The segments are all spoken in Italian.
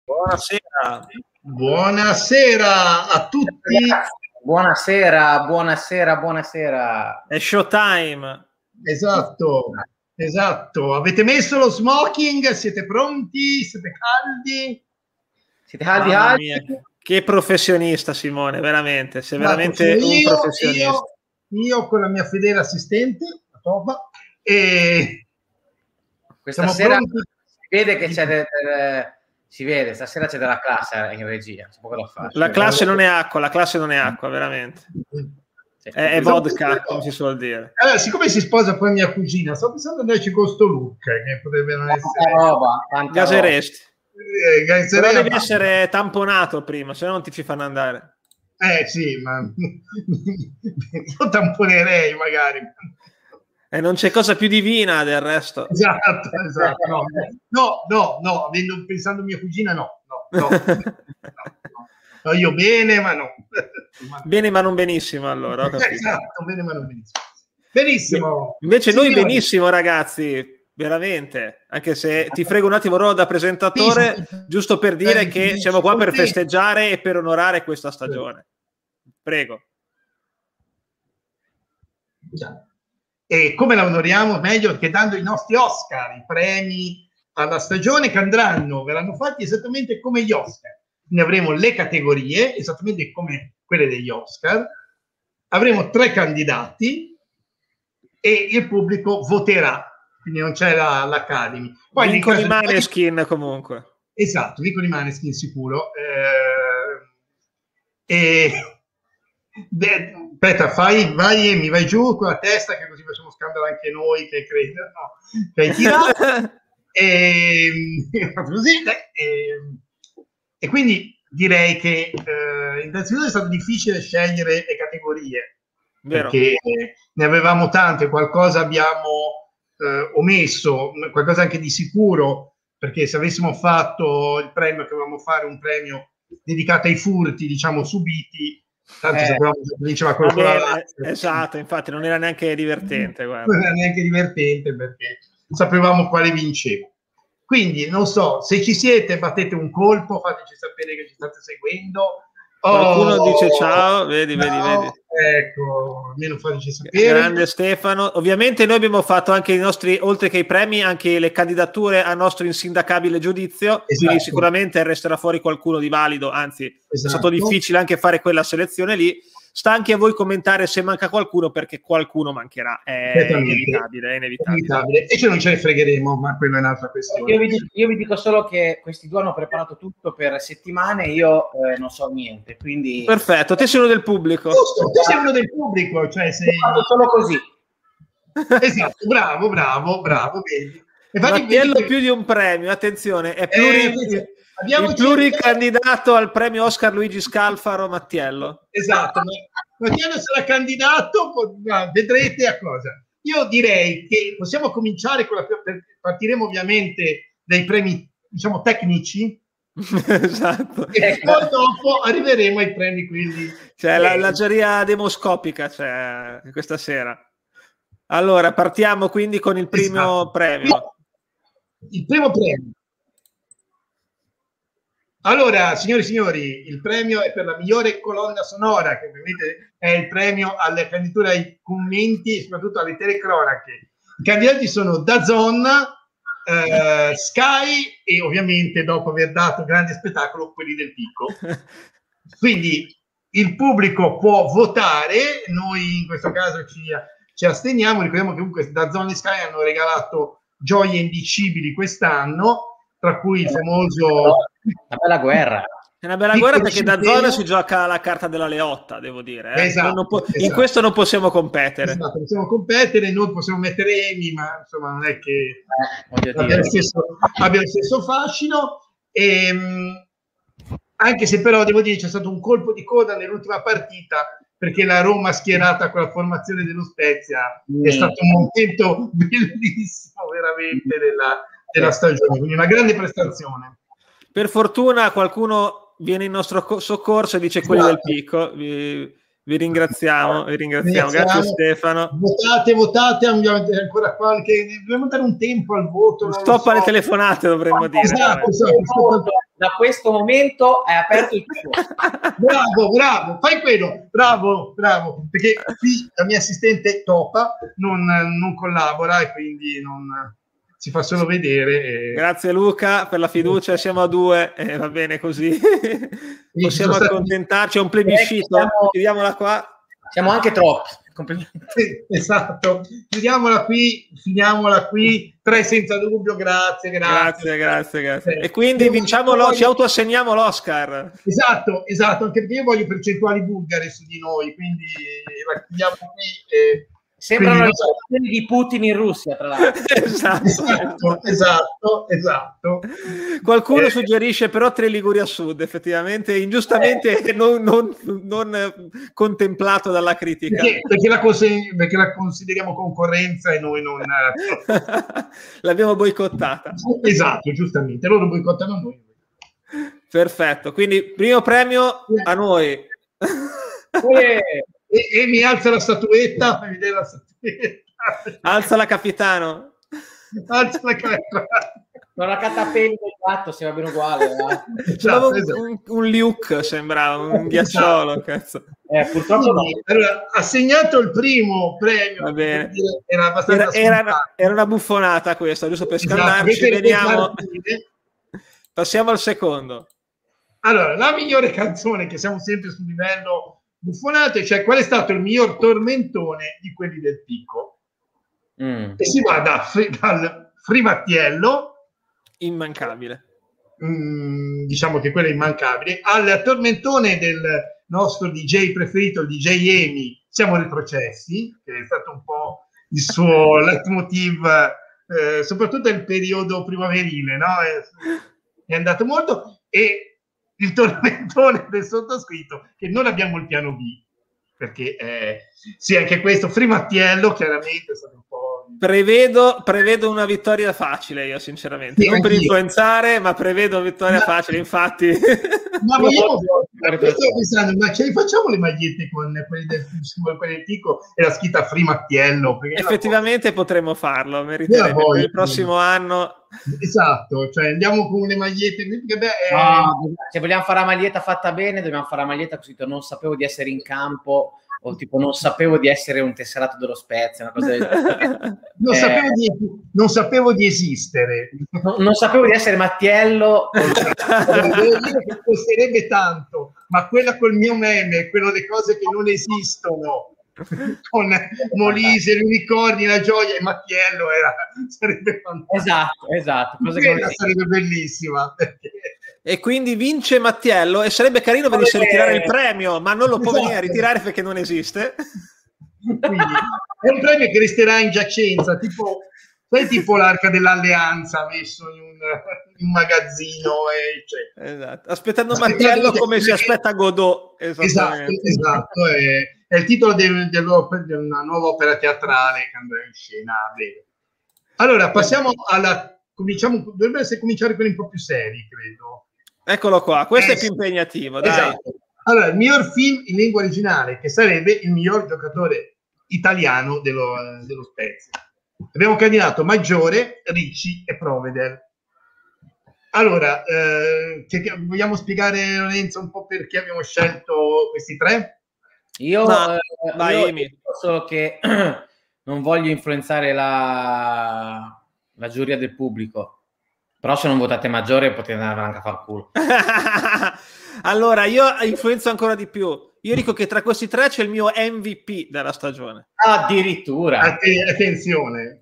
Buonasera. Buonasera a tutti. Buonasera, buonasera, buonasera. È showtime. Esatto, esatto. Avete messo lo smoking? Siete pronti? Siete caldi? Siete caldi? Che professionista, Simone, veramente. Sei veramente un professionista. Io con la mia fedele assistente, la Toba, e questa sera si vede che c'è si vede, stasera c'è della classe in regia, c'è poco da fare. La classe non è acqua, veramente. È vodka, come si suol dire. Allora, siccome si sposa poi mia cugina, sto pensando di andarci con sto look, che potrebbe non essere... Gaseresti. Però devi essere tamponato prima, se no non ti ci fanno andare. Sì, ma io tamponerei magari. E non c'è cosa più divina del resto. Esatto. No, pensando a mia cugina, no. No, io bene, ma no. Bene, ma non benissimo, allora. Esatto, bene, ma non benissimo. Benissimo. Invece noi benissimo, ragazzi. Veramente, anche se ti frego un attimo da presentatore, giusto per dire che siamo qua per festeggiare e per onorare questa stagione. Prego. E come la onoriamo? Meglio che dando i nostri Oscar, i premi alla stagione che verranno fatti esattamente come gli Oscar. Ne avremo le categorie, esattamente come quelle degli Oscar. Avremo 3 candidati e il pubblico voterà. Quindi non c'è l'Academy. Poi vincono i Maneskin comunque. Esatto, vincono i Maneskin sicuro. Aspetta, vai e mi vai giù con la testa, che così facciamo scandalo anche noi che credono che hai tirato. E quindi direi che innanzitutto è stato difficile scegliere le categorie. Vero. Perché ne avevamo tante, qualcosa abbiamo omesso, qualcosa anche di sicuro, perché se avessimo fatto il premio che volevamo fare, un premio dedicato ai furti, diciamo, subiti, tanto sapevamo che diceva qualcosa. Esatto, infatti non era neanche divertente. Guarda. Non era neanche divertente perché sapevamo quale vinceva. Quindi, non so, se ci siete, battete un colpo, fateci sapere che ci state seguendo. Qualcuno dice ciao, vedi. Ecco, almeno fateci sapere. Grande Stefano. Ovviamente noi abbiamo fatto anche i nostri, oltre che i premi, anche le candidature al nostro insindacabile giudizio, quindi sicuramente resterà fuori qualcuno di valido, anzi è stato difficile anche fare quella selezione lì. Sta anche a voi commentare se manca qualcuno, perché qualcuno mancherà, è inevitabile. E non ce ne fregheremo, ma quello è un'altra questione. Io vi dico solo che questi due hanno preparato tutto per settimane, io non so niente, quindi... Perfetto, te sei uno del pubblico. Giusto, tu sei uno del pubblico, cioè sei... solo così. Esatto, bravo, vedi. Mattiello più di un premio, attenzione, è il pluricandidato al premio Oscar Luigi Scalfaro Mattiello. Esatto, Mattiello sarà candidato, vedrete a cosa. Io direi che possiamo cominciare con partiremo ovviamente dai premi, diciamo, tecnici. Esatto. E poi dopo arriveremo ai premi, quindi... Cioè la giuria demoscopica, cioè, questa sera. Allora, partiamo quindi con il primo premio. Il primo premio. Allora, signori e signori, il premio è per la migliore colonna sonora, che ovviamente è il premio alle candidature ai commenti e soprattutto alle telecronache. I candidati sono DAZN, Sky e ovviamente, dopo aver dato grande spettacolo, quelli del Picco. Quindi il pubblico può votare, noi in questo caso ci asteniamo. Ricordiamo che comunque DAZN e Sky hanno regalato gioie indicibili quest'anno, tra cui il famoso... Una bella guerra. È una bella guerra perché da zona si gioca la carta della Leotta, devo dire. Esatto. In questo non possiamo competere. Esatto, possiamo competere, noi possiamo mettere Emi, ma insomma non è che abbia lo stesso fascino. Anche se però devo dire c'è stato un colpo di coda nell'ultima partita, perché la Roma schierata con la formazione dello Spezia è stato un momento bellissimo veramente della stagione, quindi una grande prestazione. Per fortuna qualcuno viene in nostro soccorso e dice quelli del Picco. Vi ringraziamo, grazie Stefano. Votate, ancora qualche, dobbiamo dare un tempo al voto. Stop alle telefonate, dovremmo dire. Esatto. da questo momento è aperto il tuo. Bravo, fai quello, bravo, perché qui la mia assistente Topa non collabora e quindi non si fa solo vedere. Grazie Luca per la fiducia, siamo a 2, va bene così. Possiamo accontentarci, è un plebiscito, chiudiamola qua. Siamo anche troppi. Esatto, chiudiamola qui, finiamola qui. 3 senza dubbio, grazie. E quindi vinciamolo, ci autoassegniamo l'Oscar. Esatto, anche perché io voglio percentuali bulgare su di noi, quindi la chiudiamo qui. Sembrano le situazioni di Putin in Russia, tra l'altro. Esatto. Qualcuno suggerisce però Liguria Sud, effettivamente, ingiustamente non contemplato dalla critica. Perché la consideriamo concorrenza e noi non... L'abbiamo boicottata. Esatto, giustamente, loro boicottano noi. Perfetto, quindi primo premio a noi. E mi alza la statuetta, fai vedere la statuetta. Alzala capitano. Non la catapelli del gatto, se va bene uguale. Esatto. Un Luke sembrava, un ghiacciolo. Cazzo. Purtroppo no. Allora, assegnato il primo premio, va bene. Era una buffonata questa, giusto per scaldarci. Vediamo. Passiamo al secondo. Allora, la migliore canzone, che siamo sempre sul livello buffonate, cioè qual è stato il miglior tormentone di quelli del Picco? E si va dal Frimattiello, immancabile, diciamo che quello è immancabile, al tormentone del nostro DJ preferito, il DJ Emi, Siamo retrocessi, che è stato un po' il suo leitmotiv, soprattutto nel periodo primaverile, no? È andato molto. E il tormentone del sottoscritto, che non abbiamo il piano B, perché sì, anche questo Frimattiello chiaramente è stato un po'... Prevedo una vittoria facile, io sinceramente, sì, non per influenzare, ma prevedo vittoria facile, infatti. Ma io stavo pensando, ma ce li facciamo le magliette con quelli del Tico e la scritta Frimattiello? Effettivamente potremmo farlo, meriterebbe per il prossimo anno. Esatto, cioè andiamo con le magliette. Se vogliamo fare la maglietta fatta bene, dobbiamo fare la maglietta così. Non sapevo di essere in campo, o tipo non sapevo di essere un tesserato dello Spezia, una cosa del genere. Non sapevo di esistere. Non sapevo di essere Mattiello. Devo dire che costerebbe tanto, ma quella col mio meme, quello delle cose che non esistono, con Molise, gli unicorni, la gioia e Mattiello sarebbe fantastico. Esatto. Sarebbe bellissima. E quindi vince Mattiello e sarebbe carino venisse a ritirare il premio, ma non lo può venire a ritirare perché non esiste. Quindi, è un premio che resterà in giacenza, tipo l'Arca dell'Alleanza messo in un magazzino, esatto. Aspettando Mattiello come si aspetta Godot. Esatto. È il titolo di una nuova opera teatrale che andrà in scena. Allora, passiamo dovrebbe cominciare quelli un po' più seri, credo. Eccolo qua, questo è più impegnativo, dai. Esatto. Allora, il miglior film in lingua originale, che sarebbe il miglior giocatore italiano dello Spezia. Abbiamo candidato Maggiore, Ricci e Provedel. Allora, vogliamo spiegare, Lorenzo, un po' perché abbiamo scelto questi tre? Io dico solo che non voglio influenzare la giuria del pubblico. Però se non votate Maggiore potete andare anche a far culo. Allora, io influenzo ancora di più. Io dico che tra questi tre c'è il mio MVP della stagione. Addirittura. Attenzione.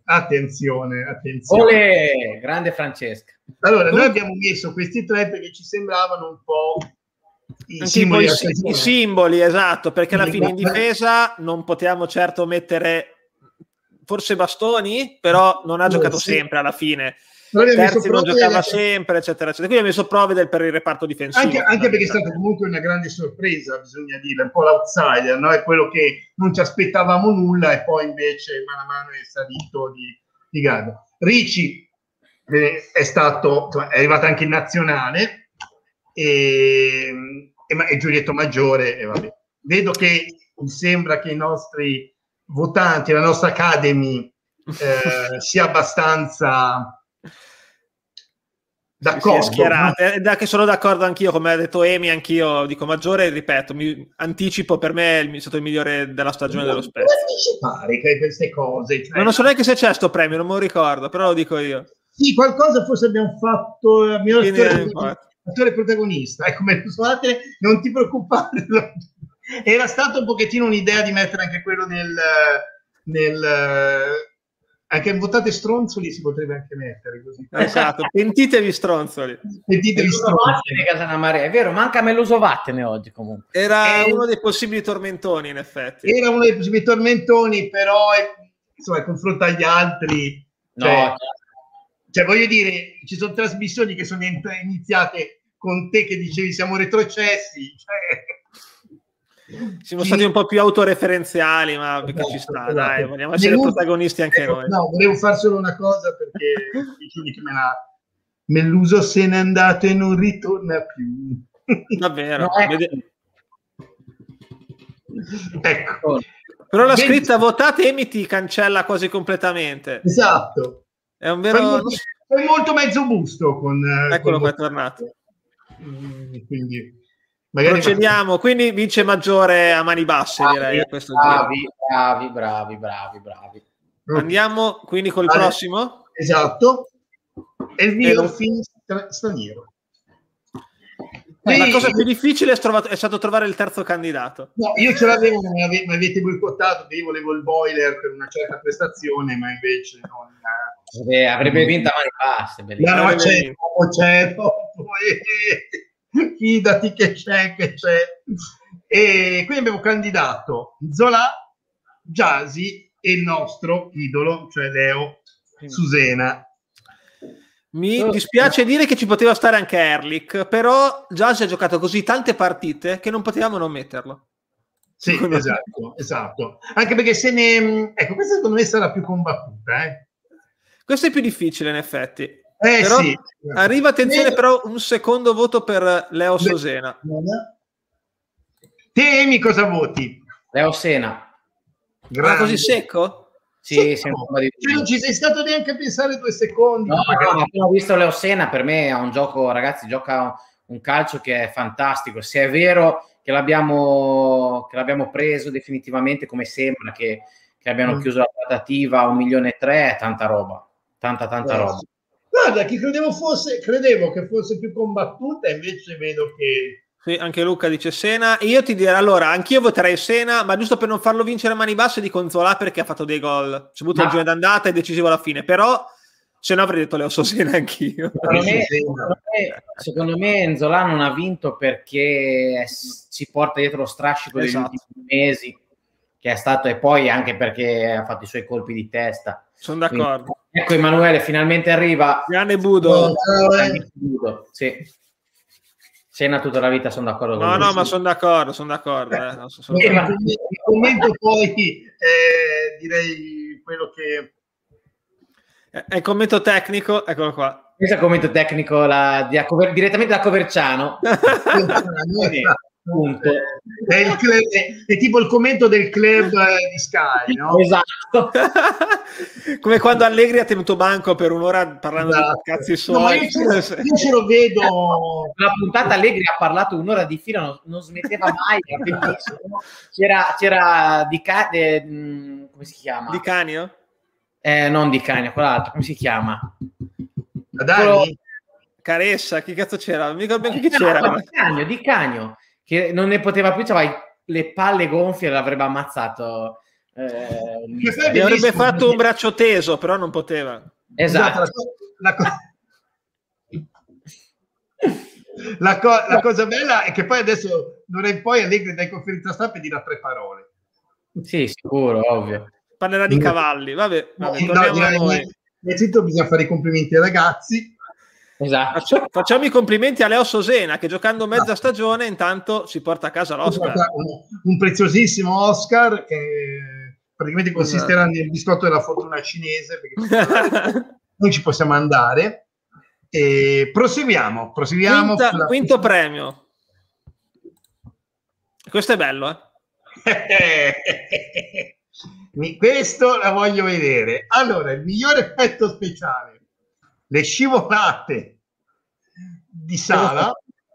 Olè, grande Francesca. Allora, noi abbiamo messo questi tre perché ci sembravano un po' i simboli, esatto, perché alla fine in difesa non potevamo certo mettere forse Bastoni, però non ha giocato sempre alla fine. Terzi non giocava sempre, eccetera. Quindi ha messo Provedel per il reparto difensivo. Anche perché è stata comunque una grande sorpresa, bisogna dire, un po' l'outsider, no? È quello che non ci aspettavamo nulla e poi invece mano a mano è salito di grado. Ricci è arrivato anche in nazionale e Giulietto Maggiore. E vabbè. Vedo che mi sembra che i nostri votanti, la nostra Academy sia abbastanza D'accordo, si è schierata. Da che sono d'accordo anch'io, come ha detto Emi, anch'io dico maggiore, ripeto, mi anticipo, per me è stato il migliore della stagione dello Spezia. Non anticipare che queste cose, cioè, non so neanche se c'è sto premio, non me lo ricordo, però lo dico io. Sì, qualcosa forse abbiamo fatto, attore protagonista, ecco, non ti preoccupare, era stato un pochettino un'idea di mettere anche quello anche votate stronzoli si potrebbe anche mettere così. Esatto, pentitevi stronzoli. Pentitevi stronzoli. È vero, manca Meluso Vattene oggi comunque. Era uno dei possibili tormentoni, in effetti. Era uno dei possibili tormentoni, però insomma, confronto agli altri, cioè voglio dire, ci sono trasmissioni che sono iniziate con te che dicevi siamo retrocessi, siamo stati un po' più autoreferenziali, ma perché ci sta, dai, vogliamo essere protagonisti anche noi. No, volevo fare solo una cosa perché Meluso se n'è andato e non ritorna più. Davvero? Ecco. Però la scritta votate Emi ti cancella quasi completamente. Esatto. È un vero... Fai molto mezzo busto con... Eccolo qua, è tornato. Quindi... Procediamo, quindi vince maggiore a mani basse, direi. A questo bravi. Andiamo quindi con il prossimo? Esatto. È il mio film straniero. La cosa più difficile è stato trovare il terzo candidato. No, io ce l'avevo, ma mi avete boicottato, io volevo il boiler per una certa prestazione, ma invece non... avrebbe vinto a mani basse. No, c'è. Fidati che c'è. E quindi abbiamo candidato Zola, Gyasi e il nostro idolo, cioè Leo Susena. Mi dispiace dire che ci poteva stare anche Erlich, però Gyasi ha giocato così tante partite che non potevamo non metterlo. Sì, esatto. Anche perché ecco, questa secondo me sarà più combattuta. Questo è più difficile in effetti. Però sì. Arriva, attenzione, però un secondo voto per Leo Susena. Te, Emi, cosa voti? Leo Sena. Ma così secco? Sì, non ci sei stato neanche a pensare 2 secondi. No, ho visto Leo Sena, per me è un gioco, ragazzi, gioca un calcio che è fantastico. Se è vero che l'abbiamo preso definitivamente, come sembra che abbiano chiuso la trattativa a 1,3 milioni, è tanta roba. Tanta roba. Guarda, credevo che fosse più combattuta, invece vedo che... Sì, anche Luca dice Sena. E io ti direi, allora, anch'io voterei Sena, ma giusto per non farlo vincere a mani basse dico Zola perché ha fatto dei gol. C'è avuto il giorno d'andata e decisivo alla fine, però se no avrei detto Leo Susena anch'io. Secondo me Nzola non ha vinto perché si porta dietro lo strascico degli ultimi mesi, che è stato, e poi anche perché ha fatto i suoi colpi di testa. Sono d'accordo. Quindi, ecco, Emanuele finalmente arriva. Grande Budo. Sì. Sena tutta la vita, sono d'accordo con lui. No, ma sono d'accordo. Il commento poi direi quello che... È il commento tecnico, eccolo qua. Questo è il commento tecnico direttamente da Coverciano. Punto. È tipo il commento del club di Sky, no? Esatto. Come quando Allegri ha tenuto banco per un'ora parlando di cazzi suoi. Io ce lo vedo. La puntata Allegri ha parlato un'ora di fila, non smetteva mai. C'era come si chiama? Di Canio? Non Di Canio, quell'altro, come si chiama? Dani? Caressa, chi cazzo c'era? Non mi ricordo neanche chi c'era. Di Canio, che non ne poteva più, c'aveva le palle gonfie, l'avrebbe ammazzato. Gli avrebbe fatto un braccio teso, però non poteva. Esatto. La cosa bella è che poi adesso non è poi Allegri dai conferenza stampa e dirà 3 parole. Sì, sicuro, ovvio. Parlerà di cavalli. Vabbè, torniamo a noi. Innanzitutto bisogna fare i complimenti ai ragazzi. Esatto. Facciamo i complimenti a Leo Susena che giocando mezza stagione intanto si porta a casa l'Oscar. Un preziosissimo Oscar che praticamente consisterà nel biscotto della fortuna cinese, perché noi ci possiamo andare. E proseguiamo. Quinto premio. Questo è bello, Questo la voglio vedere. Allora, il miglior effetto speciale, le scivolate di Sala,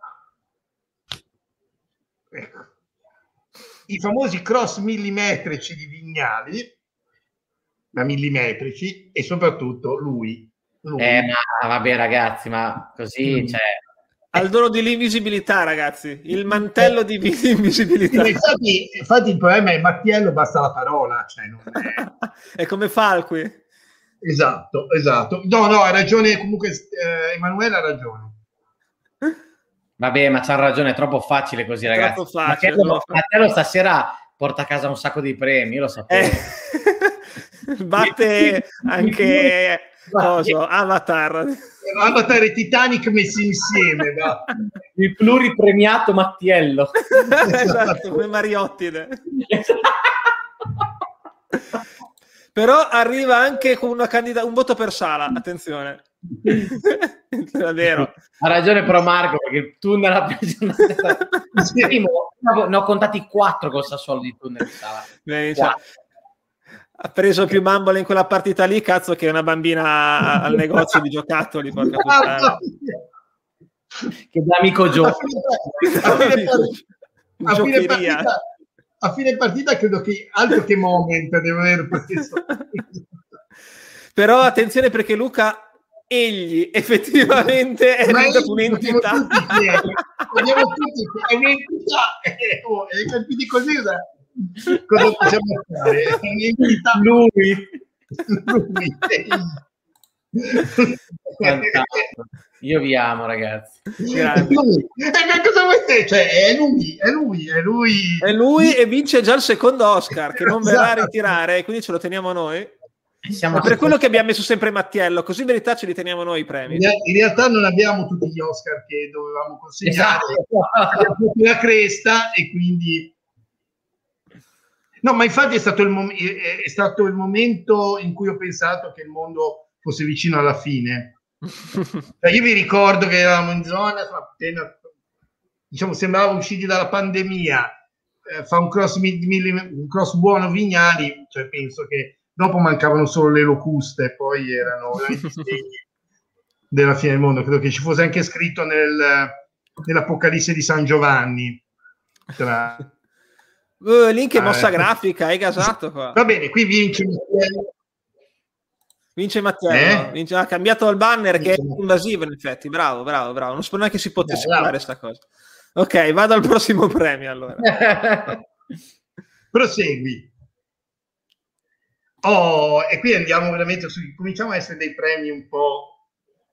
ecco, i famosi cross millimetrici di Vignali, ma millimetrici, e soprattutto lui. Ma vabbè ragazzi, ma così, cioè... Al dono dell'invisibilità, ragazzi, il mantello di invisibilità. Infatti il problema è Mattiello, basta la parola, cioè non è come Falqui. Esatto. No, ha ragione, comunque Emanuele ha ragione. Vabbè, ma c'ha ragione, è troppo facile così, ragazzi. Troppo facile, Mattiello stasera porta a casa un sacco di premi, io lo sapevo. Batte anche Avatar e Titanic messi insieme, va. Il pluripremiato Mattiello. Esatto, come Mariottide. Però arriva anche con un voto per Sala, attenzione. È vero. Ha ragione però Marco, perché il tunnel ha preso ne ho contati 4 col Sassuolo di tunnel di Sala. Ha preso più bambole in quella partita lì, cazzo, che una bambina al negozio di giocattoli, porca puttana. Che da amico Gio. A fine partita credo che altro che moment deve aver preso. Però attenzione, perché Luca, egli effettivamente è un'entità. Abbiamo tutti un'entità, e capiti così cosa possiamo fare? Lui. Io vi amo, ragazzi. Cosa vuoi dire? Cioè, è lui e vince già il secondo Oscar, che non verrà a ritirare, quindi ce lo teniamo noi. È per quello che abbiamo messo sempre Mattiello, così in verità ce li teniamo noi i premi. In realtà non abbiamo tutti gli Oscar che dovevamo consegnare, abbiamo tutti la cresta, e quindi no, ma infatti è stato il momento in cui ho pensato che il mondo fosse vicino alla fine. Cioè, io vi ricordo che eravamo in zona appena, diciamo, sembrava usciti dalla pandemia, fa un cross buono Vignali, cioè penso che dopo mancavano solo le locuste, poi erano della fine del mondo. Credo che ci fosse anche scritto nell'Apocalisse di San Giovanni. Link è mossa grafica, hai gasato qua. Va bene, qui vince Mattiello. Ha cambiato il banner, che è invasivo in effetti. Bravo. Non so neanche si potesse fare sta cosa. Ok, vado al prossimo premio allora. Prosegui. E qui andiamo veramente cominciamo a essere dei premi un po'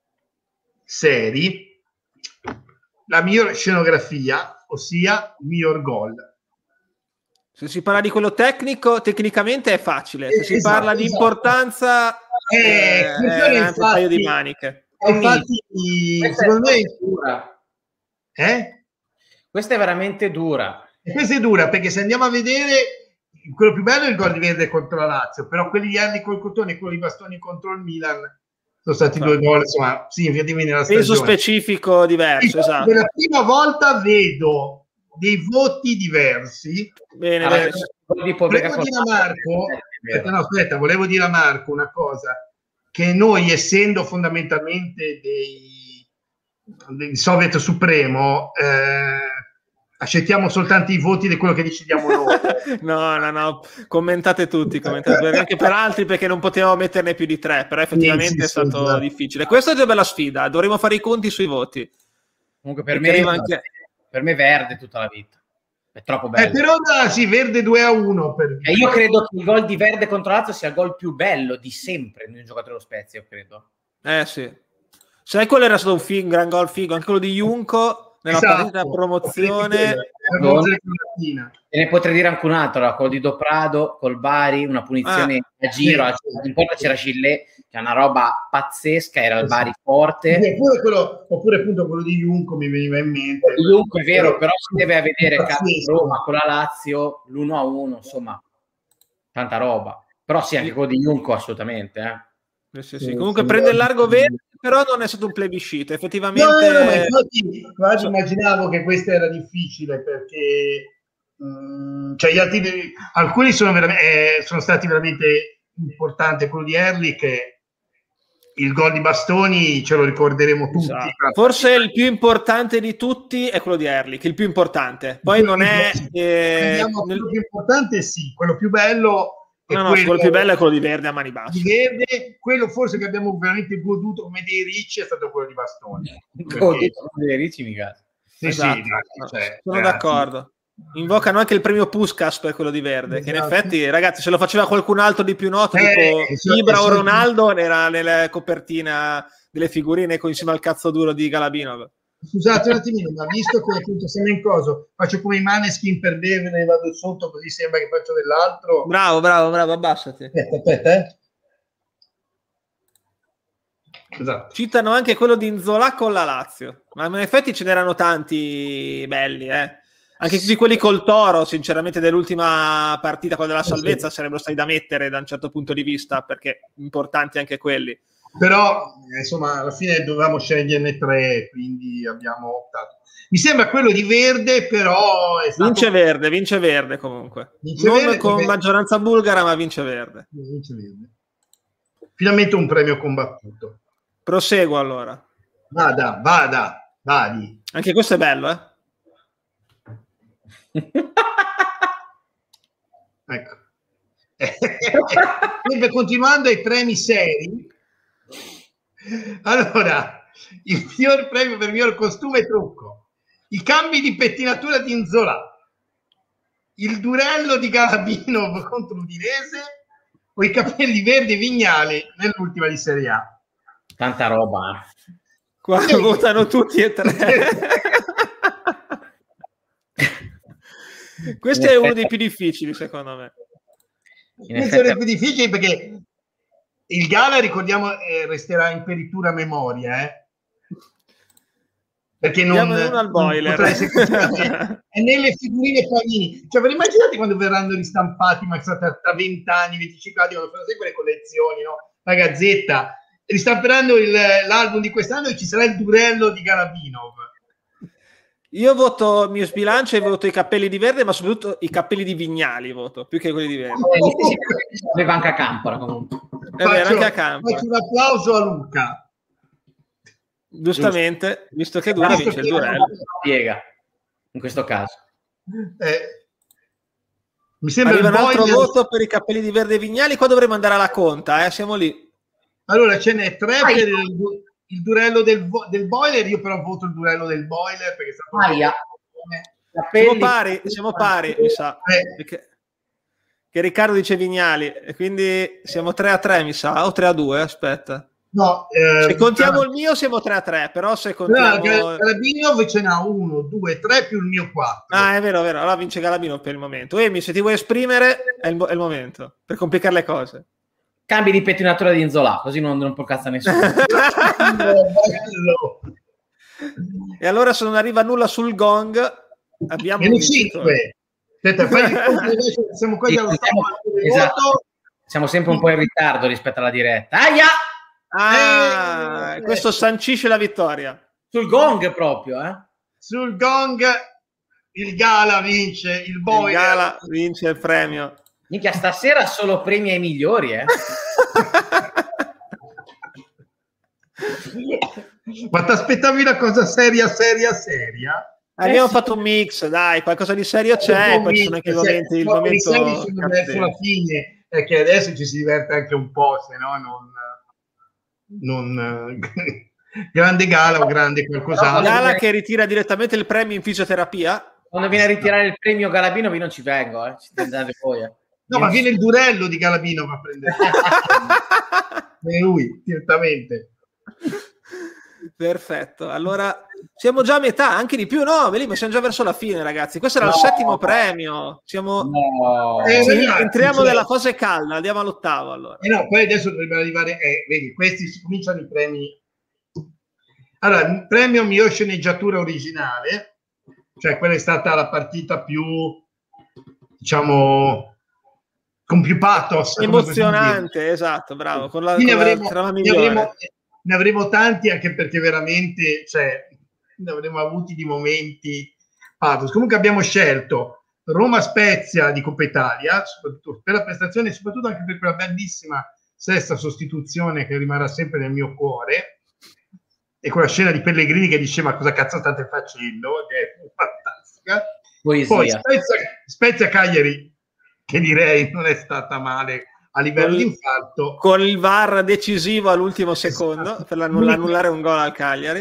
seri. La miglior scenografia, ossia miglior gol. Se si parla di quello tecnico, tecnicamente è facile. Se si parla di importanza, è un paio di maniche. Infatti, secondo me è dura. Questa è veramente dura. E questa è dura, perché se andiamo a vedere, quello più bello è il gol di Verde contro la Lazio, però quelli di Erli col Cotone e quello di Bastoni contro il Milan sono stati due gol, insomma, significativi nella stagione. Peso specifico diverso, esatto. Per la prima volta vedo dei voti diversi. Bene, volevo dire a Marco una cosa, che noi, essendo fondamentalmente dei Soviet Supremo, accettiamo soltanto i voti di quello che decidiamo noi. No, commentate tutti, anche per altri, perché non potevamo metterne più di 3, però effettivamente è stato difficile. Questa è una bella sfida, dovremo fare i conti sui voti. Comunque per me Verde tutta la vita. È troppo bello. Però sì, Verde 2-1. Io credo che il gol di Verde contro Lazio sia il gol più bello di sempre di un giocatore dello Spezia, io credo. Sì. Sai, quello era stato un gran gol figo, anche quello di Junco nella partita promozione. E ne potrei dire anche un altro, quello di Doprado col Bari, una punizione a giro, in porta c'era Gillet, che è una roba pazzesca, era il Bari forte. Oppure appunto quello di Junco mi veniva in mente. Junco è vero, però si deve vedere Roma con la Lazio, l'1-1, insomma, tanta roba. Però sì, anche quello di Junco assolutamente. Sì. Comunque prende il largo Verde, però non è stato un plebiscito, effettivamente. No, infatti immaginavo che questo era difficile, perché cioè gli altri, alcuni sono stati veramente importanti. Quello di Erlich il gol di Bastoni ce lo ricorderemo tutti. Esatto. Forse il più importante di tutti è quello di Erlich, il più importante. Poi non è... quello più importante sì, quello più bello... quello più bello è quello di Verde a mani basse. Di Verde, quello forse che abbiamo veramente goduto come dei ricci è stato quello di Bastoni. Goduto come dei ricci, mica. Sì, esatto. Sono d'accordo. Invocano anche il premio Puskás per quello di Verde, che in effetti, ragazzi, se lo faceva qualcun altro di più noto, tipo Ibra o Ronaldo, era nella copertina delle figurine insieme al cazzo duro di Galabinov. Scusate un attimino, ma visto che appunto siamo in coso, faccio come i Maneskin per bere, vado sotto così sembra che faccio dell'altro. Bravo, abbassati. Aspetta. Esatto. Citano anche quello di Nzola con la Lazio, ma in effetti ce n'erano tanti belli, Anche tutti quelli col Toro, sinceramente, dell'ultima partita, quella della salvezza, sarebbero stati da mettere da un certo punto di vista, perché importanti anche quelli. Però, insomma, alla fine dovevamo sceglierne 3, quindi abbiamo optato. Mi sembra quello di Verde, però... È stato... Vince Verde comunque. Non con maggioranza bulgara, ma vince Verde. Finalmente un premio combattuto. Proseguo allora. Vadi. Anche questo è bello, Ecco. Continuando ai premi seri, allora il miglior premio per il miglior costume e trucco, i cambi di pettinatura di Nzola, il duello di Galabinov contro l'Udinese o i capelli verdi Vignali nell'ultima di Serie A. Tanta roba. Qua votano tutti e 3. Questo è uno dei più difficili, secondo me. Questo è uno dei più difficili perché il Gala, ricordiamo, resterà in peritura memoria, perché non al boiler. È nelle figurine Panini. Cioè, ve lo immaginate quando verranno ristampati, ma tra 20 anni, 25 anni, quando faranno sempre le collezioni, no? La Gazzetta, ristamperanno l'album di quest'anno e ci sarà il duello di Galabinov. Io voto il mio sbilancio e voto i capelli di Verde, ma soprattutto i capelli di Vignali voto, più che quelli di Verde. Aveva anche a Campora comunque. Faccio un applauso a Luca. Giustamente, visto che dura, vince il duello. Spiega, in questo caso. Mi sembra arriva un altro voto per i capelli di Verde e Vignali, qua dovremmo andare alla conta, siamo lì. Allora, ce n'è 3 per il duello del boiler, io però voto il duello del boiler perché è stato siamo pari, mi sa. Che Riccardo dice Vignali e quindi siamo 3-3, mi sa, o 3-2, aspetta. No, se contiamo il mio siamo 3-3, però se contiamo Galabinov ce n'ha 1, 2, 3 più il mio 4. Ah, è vero, allora vince Galabinov per il momento. Emi, se ti vuoi esprimere è il momento per complicare le cose. Cambi di pettinatura di Nzola, così non può cazzare nessuno. E allora se non arriva nulla sul gong abbiamo un 5. Aspetta, siamo quasi allo esatto. Siamo sempre un po' in ritardo rispetto alla diretta. Questo sancisce la vittoria. Sul gong proprio, Sul gong il Gala vince, il boiler. Il Gala vince il premio. Minchia, stasera solo premi ai migliori, Ma ti aspettavi una cosa seria? Abbiamo fatto un mix, dai, qualcosa di serio c'è, e poi ci sono anche il momento verso la fine, che adesso ci si diverte anche un po', se no non grande Gala o grande qualcos'altro. Gala che ritira direttamente il premio in fisioterapia. Quando viene a ritirare il premio Galabinov io non ci vengo, ci tentate poi. No, ma viene il duello di Galabinov a prendere. È lui, direttamente. Perfetto, allora siamo già a metà, anche di più, no, ma siamo già verso la fine, ragazzi. Questo era il 7° premio. Entriamo nella fase calda, andiamo all'8º allora. Poi adesso dovrebbero arrivare, vedi, questi si cominciano i premi. Allora, il premio miglior sceneggiatura originale, cioè quella è stata la partita più, diciamo, con più pathos, emozionante, esatto, bravo, con la trama migliore. Ne avremo tanti, anche perché veramente, ne avremo avuti di momenti pathos. Comunque abbiamo scelto Roma Spezia di Coppa Italia, soprattutto per la prestazione, soprattutto anche per quella bellissima sesta sostituzione che rimarrà sempre nel mio cuore, e quella scena di Pellegrini che diceva cosa cazzo state facendo, che è fantastica. Poesia. Poi Spezia Cagliari, che direi non è stata male a livello di infarto, con il VAR decisivo all'ultimo secondo per annullare un gol al Cagliari,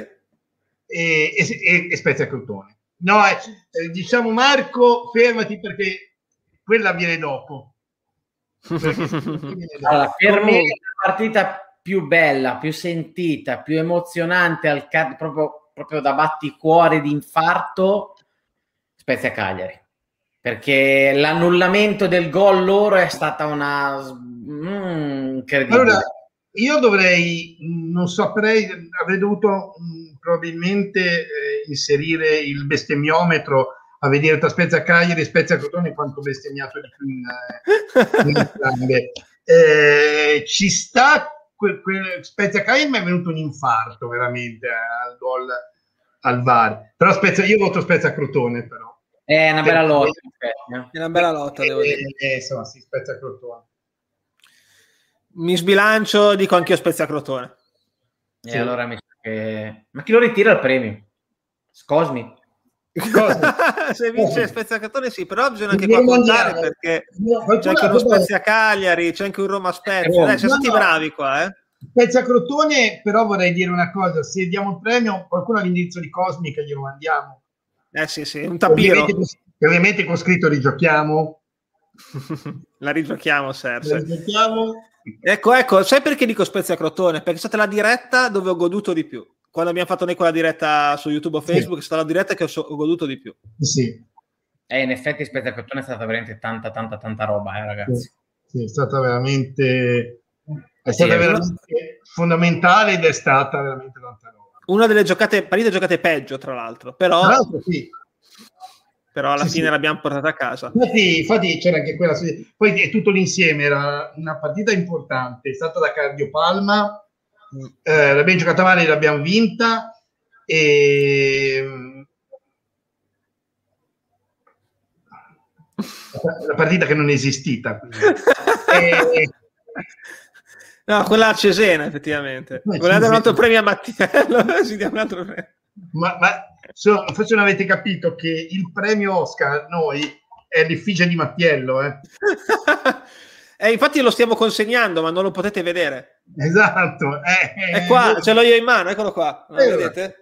e Spezia Crotone. No, diciamo, Marco, fermati, perché quella viene dopo. Allora, per me la partita più bella, più sentita, più emozionante, proprio da batticuore di infarto, Spezia Cagliari, perché l'annullamento del gol loro è stata una incredibile. Allora, io non saprei, avrei dovuto probabilmente inserire il bestemmiometro a vedere tra Spezia Cagliari e Spezia Crotone quanto bestemmiato di più in entrambe. Ci sta Spezia Cagliari, mi è venuto un infarto veramente al gol al VAR, però io voto Spezia Crotone, però è una bella lotta, è una bella lotta, devo dire. Insomma, sì, Spezia Crotone. Mi sbilancio, dico anch'io Spezia Crotone. E sì. Allora ma chi lo ritira il premio? Scosmi? Se vince Spezia Crotone sì, però bisogna anche qua contare, perché c'è anche uno Spezia Cagliari, c'è anche un Roma Spezia, siamo stati bravi qua, Spezia Crotone, però vorrei dire una cosa: se diamo il premio, qualcuno ha l'indirizzo di Cosmi che glielo mandiamo. Sì, un tapiro. Ovviamente con scritto rigiochiamo. La rigiochiamo, Serse. La rigiochiamo. Ecco, sai perché dico Spezia Crotone? Perché è stata la diretta dove ho goduto di più. Quando abbiamo fatto noi quella diretta su YouTube o Facebook, sì, è stata la diretta che ho goduto di più. Sì. In effetti Spezia Crotone è stata veramente tanta roba, ragazzi. Sì, è stata veramente fondamentale, ed è stata veramente tanta roba. Una delle partite giocate peggio, tra l'altro, però sì. Però alla fine l'abbiamo portata a casa. Infatti c'era anche quella, poi è tutto l'insieme, era una partita importante, è stata da Cardiopalma, l'abbiamo giocata male, l'abbiamo vinta, e la partita che non è esistita. No, quella a Cesena, effettivamente. Voleva dare un altro premio a Mattiello, si dia un altro premio. Ma forse non avete capito che il premio Oscar noi è l'effigie di Mattiello, infatti lo stiamo consegnando, ma non lo potete vedere. Esatto, è qua, ce l'ho io in mano, eccolo qua, vedete?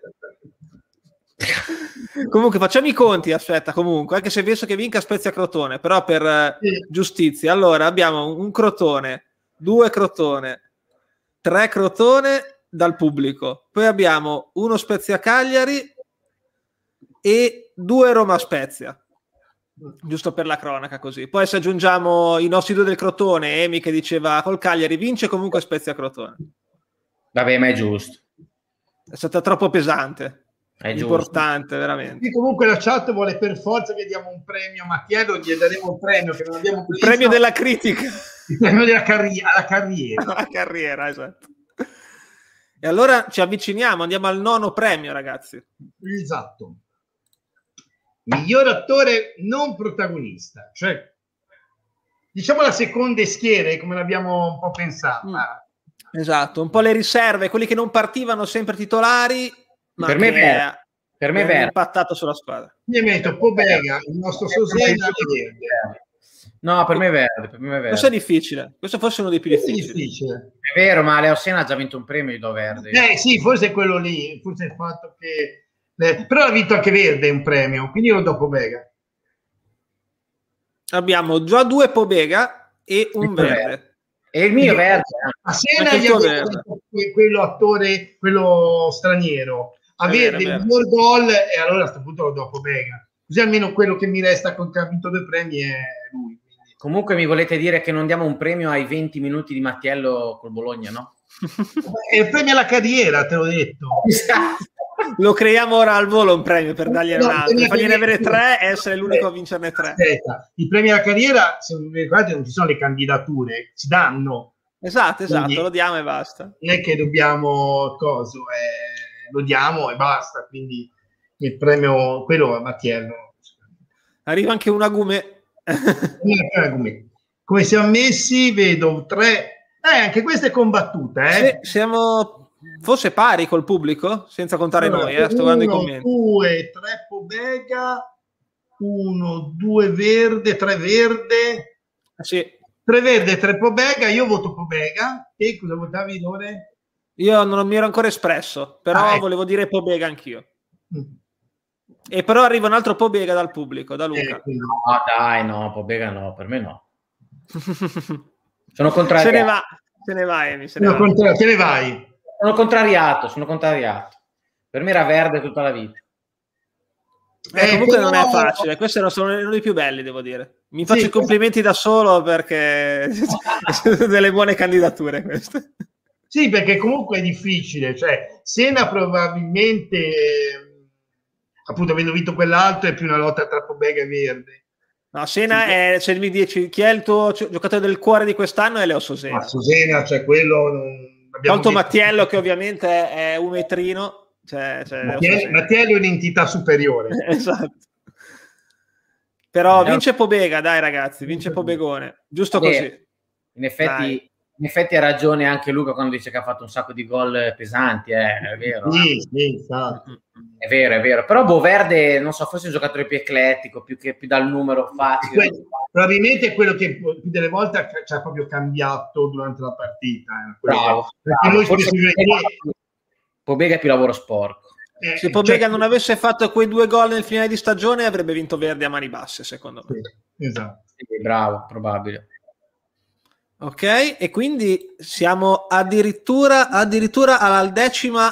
Comunque facciamo i conti, aspetta, comunque, anche se penso che vinca Spezia Crotone, però per giustizia. Allora abbiamo un Crotone, 2 Crotone, 3 Crotone dal pubblico, poi abbiamo uno Spezia Cagliari e 2 Roma Spezia, giusto per la cronaca, così. Poi se aggiungiamo i nostri 2 del Crotone, Emi che diceva col Cagliari vince comunque Spezia Crotone. Vabbè, ma è giusto, è stata troppo pesante, è importante, giusto. veramente. Sì, comunque la chat vuole per forza che diamo un premio a Mattiello, gli daremo un premio che non abbiamo preso. Il premio della critica, il premio della carriera. La carriera, esatto. E allora ci avviciniamo, andiamo al 9° premio, ragazzi. Esatto. Miglior attore non protagonista, cioè diciamo la seconda schiera, come l'abbiamo un po' pensata. Esatto, un po' le riserve, quelli che non partivano sempre titolari, ma per me è impattato sulla squadra. Mi metto Pobega, il nostro Sosena e Verde. No, per me è Verde. Questo è difficile, questo forse è uno dei più difficili. È vero, ma Leo Sena ha già vinto un premio, io do Verde. Sì, forse è quello lì, forse il fatto che però ha vinto anche Verde un premio, quindi io do Pobega. Abbiamo già 2 Pobega e un Verde. E il mio Verde. A Sena gli ha quello attore, quello straniero. A Verde il miglior gol, e allora a questo punto lo do Pobega. Così almeno quello che mi resta con che ha vinto 2 premi è lui. Comunque mi volete dire che non diamo un premio ai 20 minuti di Mattiello col Bologna, no? È il premio alla carriera, te l'ho detto. Lo creiamo ora al volo un premio per dargli un altro, fargliene avere 3 e essere l'unico a vincerne 3. Aspetta, i premi alla carriera, se vi ricordate, non ci sono le candidature, si danno. Esatto, quindi, lo diamo e basta. Non è che dobbiamo lo diamo e basta, quindi il premio, quello a Mattiello. Arriva anche una Gume. Come siamo messi? Vedo 3 Anche questa è combattuta, Se siamo forse pari col pubblico, senza contare allora, noi, sto guardando i commenti. 2, 3 Pobega, 1, 2 verde, 3 verde. Sì. 3 verde, 3 Pobega, io voto Pobega. E cosa votavi, Lore? Io non mi ero ancora espresso, però volevo dire Pobega anch'io. E però arriva un altro Pobega dal pubblico, da Luca. No, dai, no, Pobega no, per me no. Sono contrariato. Se ne va, Emi, te ne vai. Sono contrariato. Per me era verde tutta la vita. Comunque non è facile, questi sono uno dei più belli, devo dire. Mi faccio i complimenti da solo perché sono delle buone candidature queste. Sì, perché comunque è difficile, cioè Senna probabilmente, appunto avendo vinto quell'altro, è più una lotta tra Pobega e Verde. No, Senna è, se mi dici chi è il tuo giocatore del cuore di quest'anno, è Leo Sosena. Ma Sosena, cioè quello non tolto Mattiello, che ovviamente è un metrino. Mattiello è un'entità superiore. Esatto. Però vince Pobega, dai ragazzi, vince Pobegone, giusto così. In effetti ha ragione anche Luca quando dice che ha fatto un sacco di gol pesanti, è vero. Sì, esatto. È vero. Però Boverde, non so, forse è un giocatore più eclettico, più dal numero facile. Probabilmente è quello che più delle volte ci ha proprio cambiato durante la partita. Bravo. Pobega è più lavoro sporco. Se Pobega non avesse fatto quei 2 gol nel finale di stagione, avrebbe vinto Verdi a mani basse, secondo me. Esatto. Sì, bravo, probabile. Ok, e quindi siamo addirittura alla decima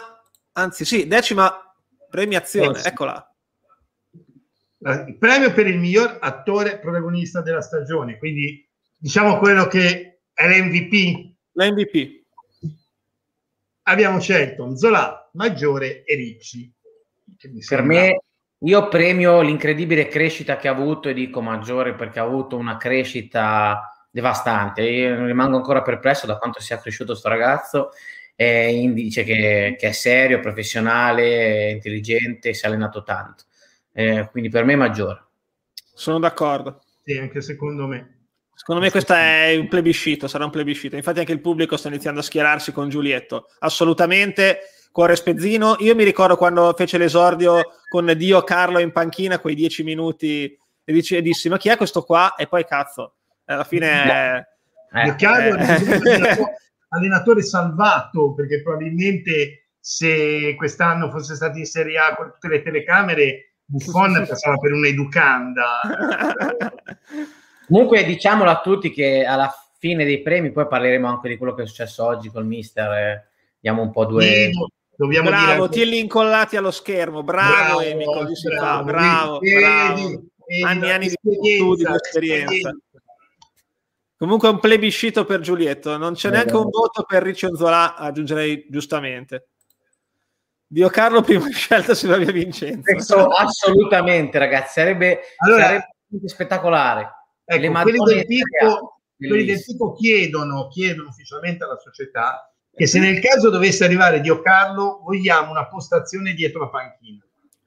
premiazione, eccola. Il premio per il miglior attore protagonista della stagione, quindi diciamo quello che è l'MVP. L'MVP. Abbiamo scelto Zola, Maggiore e Ricci. Per me, io premio l'incredibile crescita che ha avuto e dico Maggiore perché ha avuto una crescita devastante. Io rimango ancora perplesso da quanto sia cresciuto sto ragazzo. Dice che è serio, professionale, intelligente, si è allenato tanto. Quindi per me è Maggiore. Sono d'accordo. Sì, anche secondo me. Secondo me questo è un plebiscito, sarà un plebiscito. Infatti anche il pubblico sta iniziando a schierarsi con Giulietto. Assolutamente, cuore spezzino. Io mi ricordo quando fece l'esordio con Dio Carlo in panchina, quei 10 minuti, e dissi, ma chi è questo qua? E poi cazzo, alla fine... Dio Carlo è allenatore salvato, perché probabilmente se quest'anno fosse stato in Serie A con tutte le telecamere, Buffon passava per un'educanda. Comunque diciamolo a tutti che alla fine dei premi poi parleremo anche di quello che è successo oggi col mister, diamo un po' due... Dobbiamo bravo, dire... tieni incollati allo schermo, bravo Emi, così si fa, bravo. Anni di studio, di esperienza. Comunque è un plebiscito per Giulietto, non c'è neanche un voto per Ricci Zola, aggiungerei giustamente. Dio Carlo prima scelta se va via Vincenzo. Assolutamente ragazzi, sarebbe spettacolare. Ecco, quelli del tipo chiedono ufficialmente alla società che se nel caso dovesse arrivare Dio Carlo vogliamo una postazione dietro la panchina.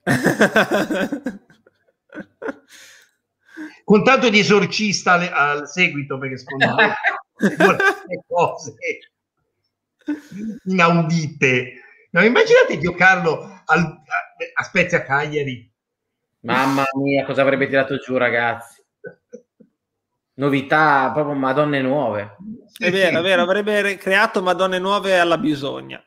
Con tanto di esorcista al seguito, perché secondo me vuole cose inaudite. No, immaginate Dio Carlo a Spezia Cagliari. Mamma mia, cosa avrebbe tirato giù, ragazzi? Novità, proprio Madonne nuove. È vero, avrebbe creato Madonne nuove alla bisogna.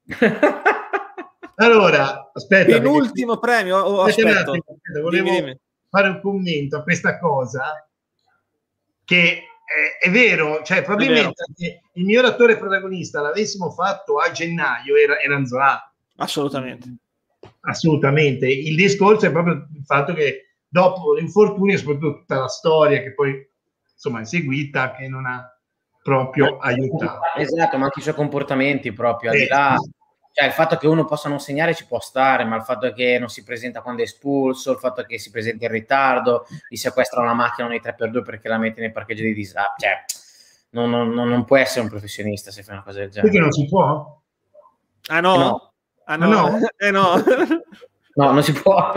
Allora, aspetta. Penultimo premio? Aspetta, volevo fare un commento a questa cosa, che è vero, cioè probabilmente il miglior attore protagonista l'avessimo fatto a gennaio era Zola. Assolutamente. Il discorso è proprio il fatto che dopo l'infortunio, soprattutto tutta la storia che poi insomma è seguita, che non ha proprio aiutato. Esatto, ma anche i suoi comportamenti proprio, al di là, cioè il fatto che uno possa non segnare ci può stare, ma il fatto che non si presenta quando è espulso, il fatto che si presenta in ritardo, gli sequestrano la macchina ogni 3x2 perché la mette nei parcheggi dei disabili, cioè non può essere un professionista se fa una cosa del genere. Perché non si può? Ah no? No. No. No, non si può.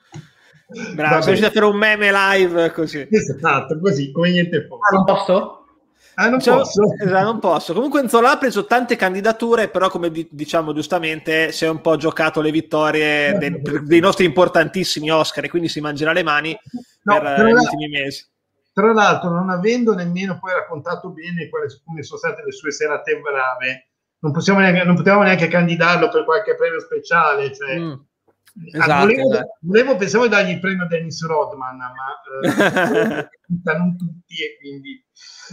Bravo, sei riuscito a fare un meme live così. Esatto, così, come niente fosse. Non posso? Non posso. Non posso. Comunque Nzola ha preso tante candidature, però come diciamo giustamente si è un po' giocato le vittorie dei nostri importantissimi Oscar e quindi si mangerà le mani per gli ultimi mesi. Tra l'altro, non avendo nemmeno poi raccontato bene come sono state le sue serate brave, non potevamo neanche candidarlo per qualche premio speciale. Cioè, pensavo di dargli il premio Dennis Rodman, ma non tutti, e quindi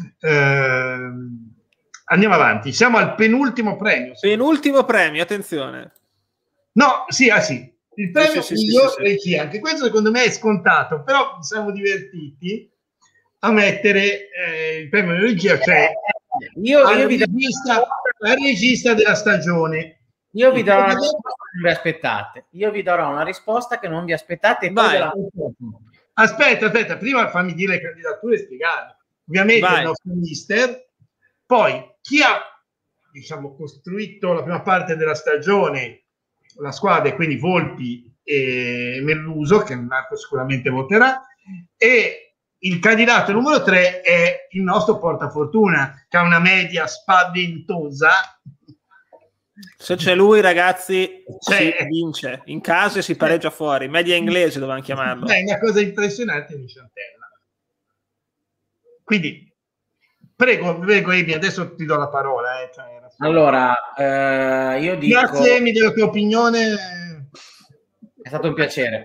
andiamo avanti. Siamo al penultimo premio. Penultimo premio, attenzione. No, sì. Il premio miglior regia, anche questo secondo me è scontato, però ci siamo divertiti a mettere il premio di regia, cioè al regista della stagione. Io vi darò una risposta che non vi aspettate. Io vi darò una risposta che non vi aspettate. E poi Aspetta, prima fammi dire le candidature e spiegare. Ovviamente il nostro mister, poi chi ha, diciamo, costruito la prima parte della stagione, la squadra, e quindi Volpi e Melluso, che Marco sicuramente voterà, e il candidato numero 3 è il nostro portafortuna, che ha una media spaventosa. Se c'è lui, ragazzi, si vince in casa e si pareggia fuori. Media inglese dovevamo chiamarlo. È una cosa impressionante di Chantella. Quindi, prego Amy, adesso ti do la parola. Allora, io dico... Grazie Amy della tua opinione. È stato un piacere.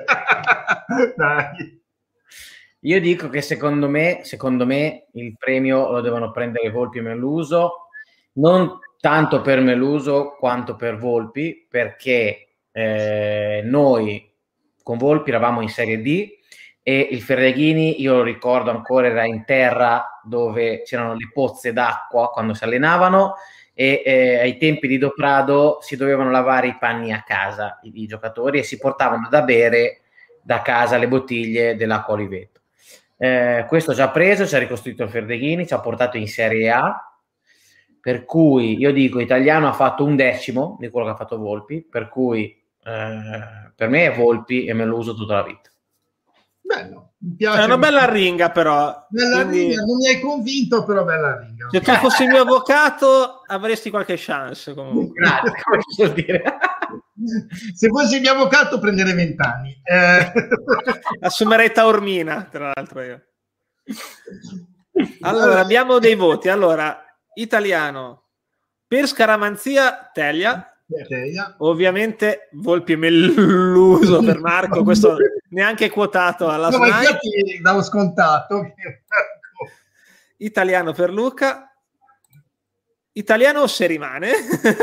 Dai. Io dico che secondo me il premio lo devono prendere Volpi e Melluso, non tanto per Melluso quanto per Volpi, perché noi con Volpi eravamo in Serie D e il Ferraghini, io lo ricordo ancora, era in terra dove c'erano le pozze d'acqua quando si allenavano e ai tempi di Doprado si dovevano lavare i panni a casa i giocatori e si portavano da bere da casa le bottiglie dell'acqua Oliveto. Questo ci ha preso, ci ha ricostruito il Ferraghini, ci ha portato in Serie A, per cui io dico Italiano ha fatto 1/10 di quello che ha fatto Volpi, per cui per me è Volpi e me lo uso tutta la vita. Bello, mi piace. È una bella ringa, però. Ringa, non mi hai convinto, però bella ringa. Se tu fossi il mio avvocato avresti qualche chance comunque. Grazie, come posso dire. Se fossi il mio avvocato prenderei 20 anni. Assumerei Taormina, tra l'altro io. Allora, abbiamo dei voti. Allora, Italiano per scaramanzia Teglia. Ovviamente Volpi e Melluso per Marco, questo neanche quotato alla SNAI. Ma infatti davo scontato. Italiano per Luca. Italiano se rimane.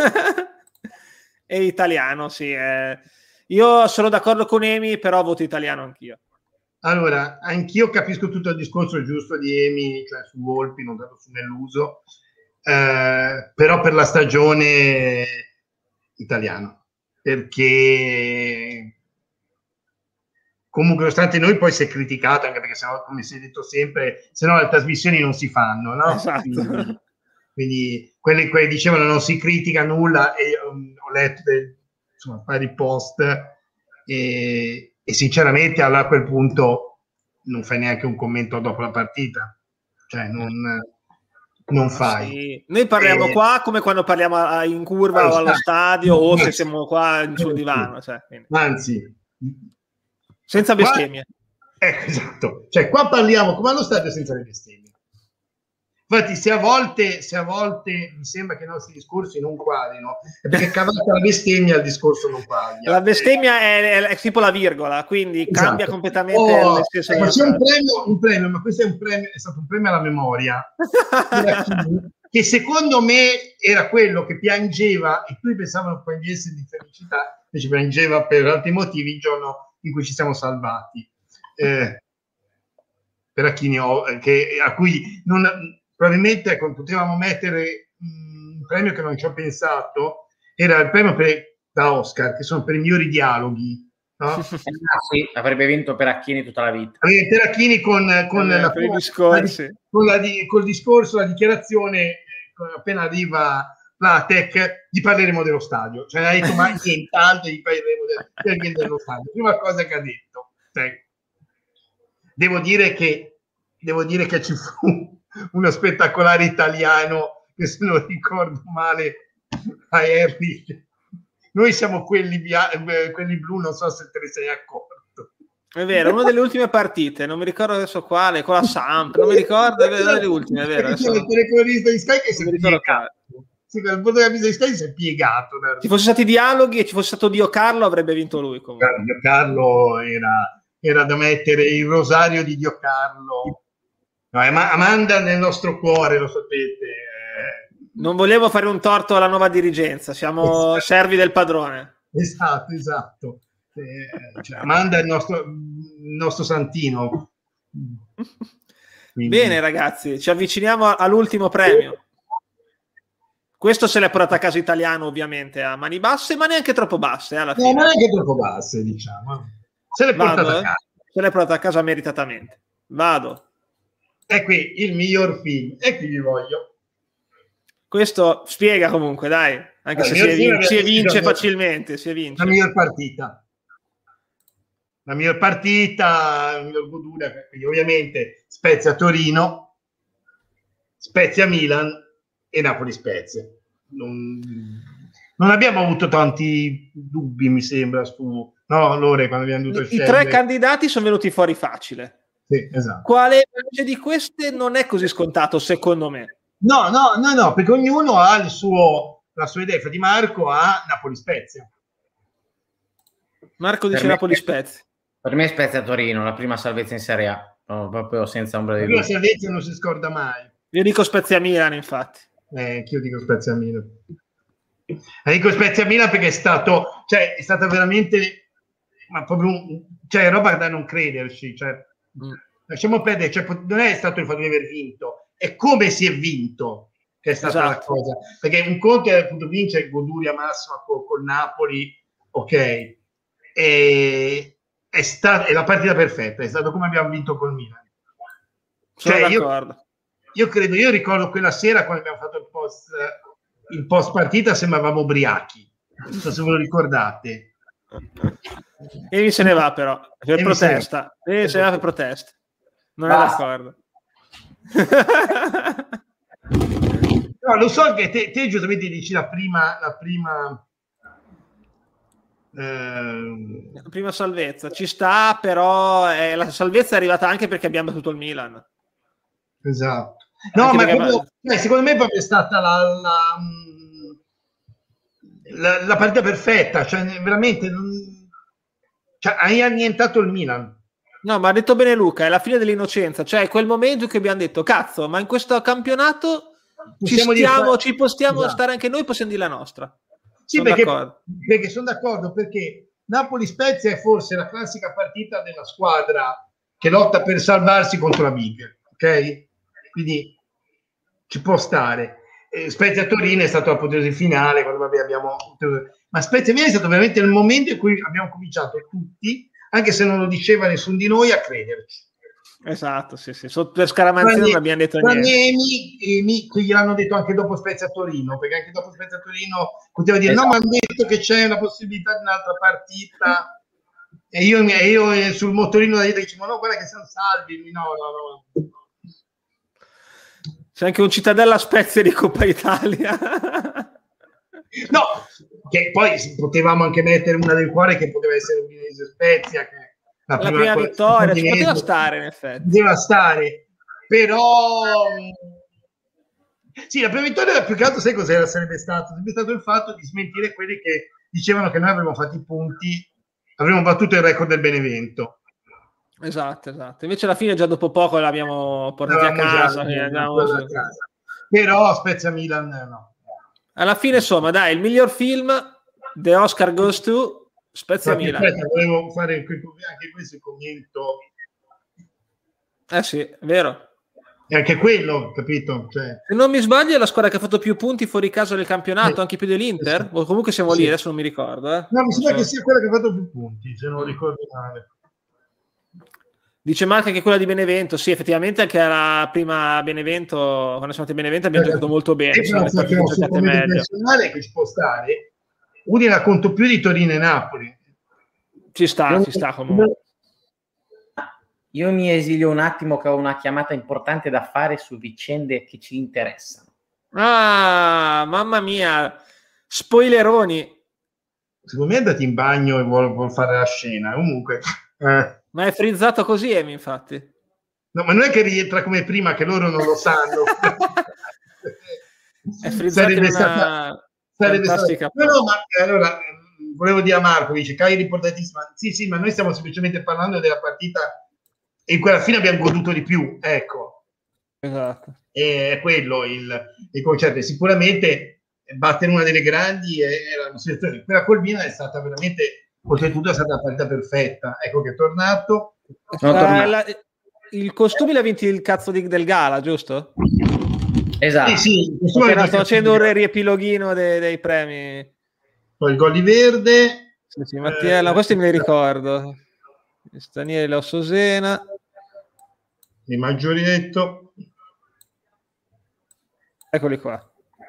E Italiano, sì. Io sono d'accordo con Amy, però voto Italiano anch'io. Allora, anch'io capisco tutto il discorso giusto di Amy, cioè su Volpi, non tanto su Melluso, però per la stagione Italiano, perché comunque nonostante noi poi si è criticato, anche perché sennò, come si è detto sempre, se no le trasmissioni non si fanno, no? Esatto. Quindi quelli dicevano non si critica nulla, e ho letto insomma vari post e sinceramente a quel punto non fai neanche un commento dopo la partita, cioè non fai. Sì. Noi parliamo qua come quando parliamo in curva o allo stadio o se siamo qua sul divano, cioè, anzi senza bestemmie. Esatto, cioè qua parliamo come allo stadio senza le bestemmie. Infatti se a volte mi sembra che i nostri discorsi non quadrino, è perché cavata la bestemmia il discorso non quadra. La bestemmia è tipo la virgola, quindi cambia completamente nel senso ma c'è un premio, ma questo è stato un premio alla memoria che secondo me era quello che piangeva, e tutti pensavano piangesse di felicità, invece piangeva per altri motivi il giorno in cui ci siamo salvati. Per a cui non probabilmente potevamo mettere un premio che non ci ho pensato, era il premio da Oscar, che sono per i migliori dialoghi, no? Sì, avrebbe vinto Peracchini tutta la vita. Peracchini con col discorso, la dichiarazione, appena arriva Platek, gli parleremo dello stadio, cioè ha detto ma nient'altro, gli parleremo dello stadio, prima cosa che ha detto. Devo dire che ci fu uno spettacolare italiano che, se non ricordo male, a Harry. Noi siamo quelli blu, non so se te ne sei accorto. È vero, una delle ultime partite, non mi ricordo adesso quale, con la Samp, non mi ricordo, è una delle ultime, è vero. Adesso il telecronista di Sky che si è piegato. Sì, il protagonista di Sky si è piegato. Se fossero stati dialoghi e ci fosse stato Dio Carlo, avrebbe vinto lui. Comunque. Dio Carlo era da mettere il rosario di Dio Carlo. No, Amanda nel nostro cuore, lo sapete. Non volevo fare un torto alla nuova dirigenza, siamo servi del padrone. Esatto. Cioè, Amanda è il nostro santino. Quindi... Bene ragazzi, ci avviciniamo all'ultimo premio. Questo se l'è portato a casa italiano, ovviamente a mani basse, ma neanche troppo basse alla fine. No, neanche troppo basse, diciamo. Se l'è portato a casa. Se l'è portato a casa meritatamente. Vado. E qui il miglior film, e qui vi voglio. Questo spiega comunque, dai, anche se si vince facilmente. Si vince. La miglior partita. La miglior partita, la miglior goduria, quindi ovviamente Spezia-Torino, Spezia-Milan e Napoli-Spezia. Non abbiamo avuto tanti dubbi, mi sembra, su... No, Lore, quando abbiamo dovuto scegliere... I tre candidati sono venuti fuori facile. Sì, esatto. Quale di queste non è così scontato, secondo me? No, perché ognuno ha la sua idea. Di Marco ha Napoli-Spezia. Marco dice Napoli-Spezia. Per me Spezia-Torino, la prima salvezza in Serie A, no, proprio senza ombra di dubbio. La prima salvezza non si scorda mai. Io dico Spezia-Milan, infatti. Anch'io dico Spezia-Milan. Dico Spezia-Milan perché è stato veramente, ma proprio roba da non crederci. Lasciamo perdere, non è stato il fatto di aver vinto, è come si è vinto che è stata la cosa. Perché un conto è appunto vincere goduria massima col Napoli, ok, è la partita perfetta, è stato come abbiamo vinto col Milan. Io ricordo quella sera quando abbiamo fatto il post partita, sembravamo ubriachi, non so se ve lo ricordate. E mi se ne va però per protesta, se ne va per protesta, non è d'accordo. No, lo so che te giustamente dici la prima salvezza ci sta, però la salvezza è arrivata anche perché abbiamo battuto il Milan. Esatto. No, ma secondo me proprio è stata la partita perfetta, veramente hai annientato il Milan. No, ma ha detto bene Luca, è la fine dell'innocenza, cioè quel momento in cui abbiamo detto cazzo, ma in questo campionato ci possiamo stare anche noi, possiamo dire la nostra. Sì, perché sono d'accordo, perché Napoli-Spezia è forse la classica partita della squadra che lotta per salvarsi contro la big, ok? Quindi ci può stare. Spezia-Torino è stata l'apoteosi finale, ma Spezia-Milan è stato veramente il momento in cui abbiamo cominciato tutti, anche se non lo diceva nessuno di noi, a crederci. Esatto, sì. Per scaramanzia non abbiamo detto niente. Qui gliel'hanno detto anche dopo Spezia-Torino, perché anche dopo Spezia-Torino poteva dire no, ma hanno detto che c'è la possibilità di un'altra partita, e io sul motorino da dietro dicevo no, guarda che siamo salvi, no. C'è anche un Cittadella Spezia di Coppa Italia. No, che poi potevamo anche mettere una del cuore che poteva essere Udinese Spezia, che la prima vittoria ci poteva stare, in effetti. Poteva stare, però sì, la prima vittoria più che altro sai cos'era sarebbe stato il fatto di smentire quelli che dicevano che noi avremmo fatto i punti, avremmo battuto il record del Benevento. Esatto. Invece alla fine già dopo poco l'abbiamo portati a casa. Però Spezia-Milan no. Alla fine, insomma, dai, il miglior film, The Oscar Goes to Spezia-Milan. Volevo fare anche questo commento. Sì, è vero. E anche quello, capito? Se non mi sbaglio è la squadra che ha fatto più punti fuori casa del campionato, anche più dell'Inter, o comunque siamo lì, adesso non mi ricordo. No, mi sembra che sia quella che ha fatto più punti, se non ricordo male. Dice Marco che quella di Benevento, sì, effettivamente anche la prima Benevento, quando siamo andati a Benevento abbiamo giocato molto bene. Che ci può stare. Udine la conto più di Torino e Napoli. Ci sta comunque. Io mi esilio un attimo che ho una chiamata importante da fare su vicende che ci interessano. Ah, mamma mia, spoileroni. Secondo me è andato in bagno e vuol fare la scena. Comunque, ma è frizzato così, Emi, infatti. No, ma non è che rientra come prima, che loro non lo sanno. È frizzato in una fantastica. No, ma allora volevo dire a Marco, dice Cagliari riportatissima. Sì, ma noi stiamo semplicemente parlando della partita in cui alla fine abbiamo goduto di più, ecco. Esatto. È quello il concetto. Sicuramente battere una delle grandi era una situazione. Quella col Milan è stata veramente, oltretutto è stata una partita perfetta. Ecco che è tornato. Il costume l'ha vinto il cazzo del Gala, giusto? Esatto. Sì, sto facendo un riepiloghino dei premi. Poi il gol di Verde. Sì, Mattiello, questi me li ricordo. Staniele Ossosena. Di Maggioretto. Eccoli qua.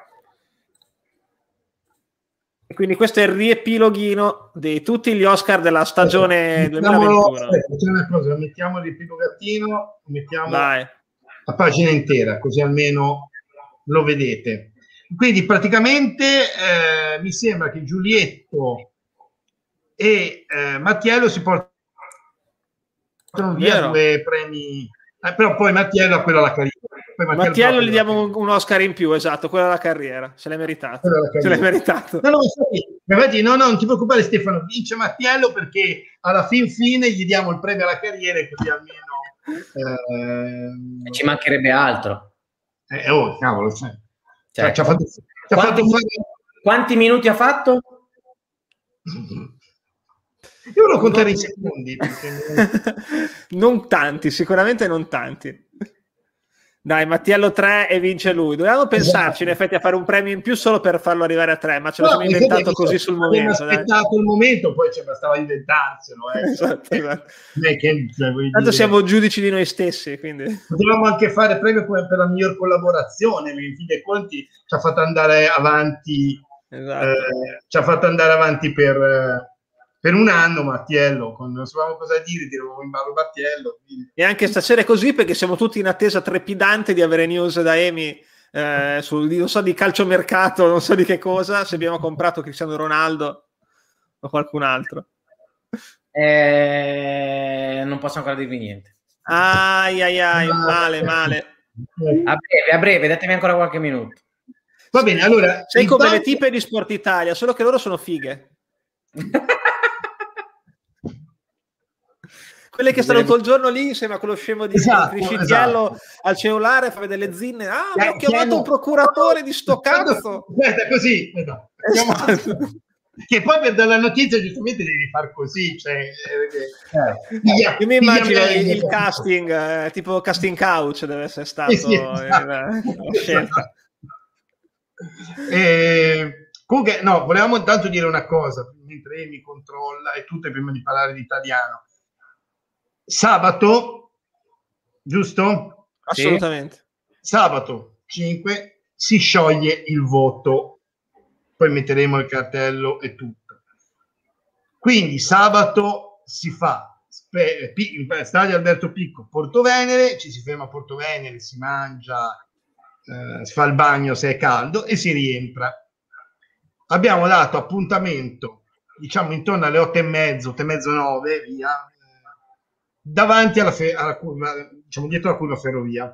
E quindi questo è il riepiloghino di tutti gli Oscar della stagione 2021. C'è una cosa, mettiamo il riepilogatino, mettiamo Dai. la pagina intera, così almeno lo vedete. Quindi praticamente mi sembra che Giulietto e Mattiello si portano via 2 premi, però poi Mattiello ha quello alla carriera. Mattiello gli diamo un Oscar in più, esatto, quello alla carriera, se l'è meritato. Se l'è meritato. No, non ti preoccupare Stefano, vince Mattiello perché alla fine gli diamo il premio alla carriera e così almeno ci mancherebbe altro. Cavolo, certo. Quanti minuti ha fatto? Io lo conterei in secondi non tanti, sicuramente non tanti. Dai, Mattiello 3 e vince lui. Dovevamo pensarci in effetti a fare un premio in più solo per farlo arrivare a 3, ma ce lo siamo inventato così sul momento. Abbiamo aspettato il momento, poi bastava inventarselo. Esatto. Tanto siamo giudici di noi stessi, quindi potevamo anche fare premio per la miglior collaborazione, in fin dei conti ci ha fatto andare avanti. Esatto. Ci ha fatto andare avanti per un anno Mattiello, non sapevamo cosa dire, tiravo in ballo Mattiello. Quindi. E anche stasera è così, perché siamo tutti in attesa trepidante di avere news da Emi non so di calciomercato, non so di che cosa, se abbiamo comprato Cristiano Ronaldo o qualcun altro. Non posso ancora dirvi niente. Male. A breve, datemi ancora qualche minuto. Va bene, allora... Sei come le tipe di Sport Italia, solo che loro sono fighe. Quelle che stanno tutto il giorno lì insieme a quello scemo di Criscitiello al cellulare, fa vedere le zinne. Mi ho chiamato un procuratore di sto cazzo. Aspetta, così. Esatto. Che poi per dare la notizia giustamente devi far così. Io mi immagino il casting, tipo casting couch deve essere stato la scelta. Comunque, no, volevamo intanto dire una cosa mentre mi controlla e tutto, prima di parlare di italiano. Sabato, giusto? Assolutamente. Sabato 5 si scioglie il voto, poi metteremo il cartello e tutto. Quindi sabato si fa Stadio Alberto Picco, Porto Venere, ci si ferma a Porto Venere, si mangia, si fa il bagno se è caldo e si rientra. Abbiamo dato appuntamento, diciamo intorno alle 8:30, 9, via, davanti alla curva, diciamo dietro la curva ferrovia.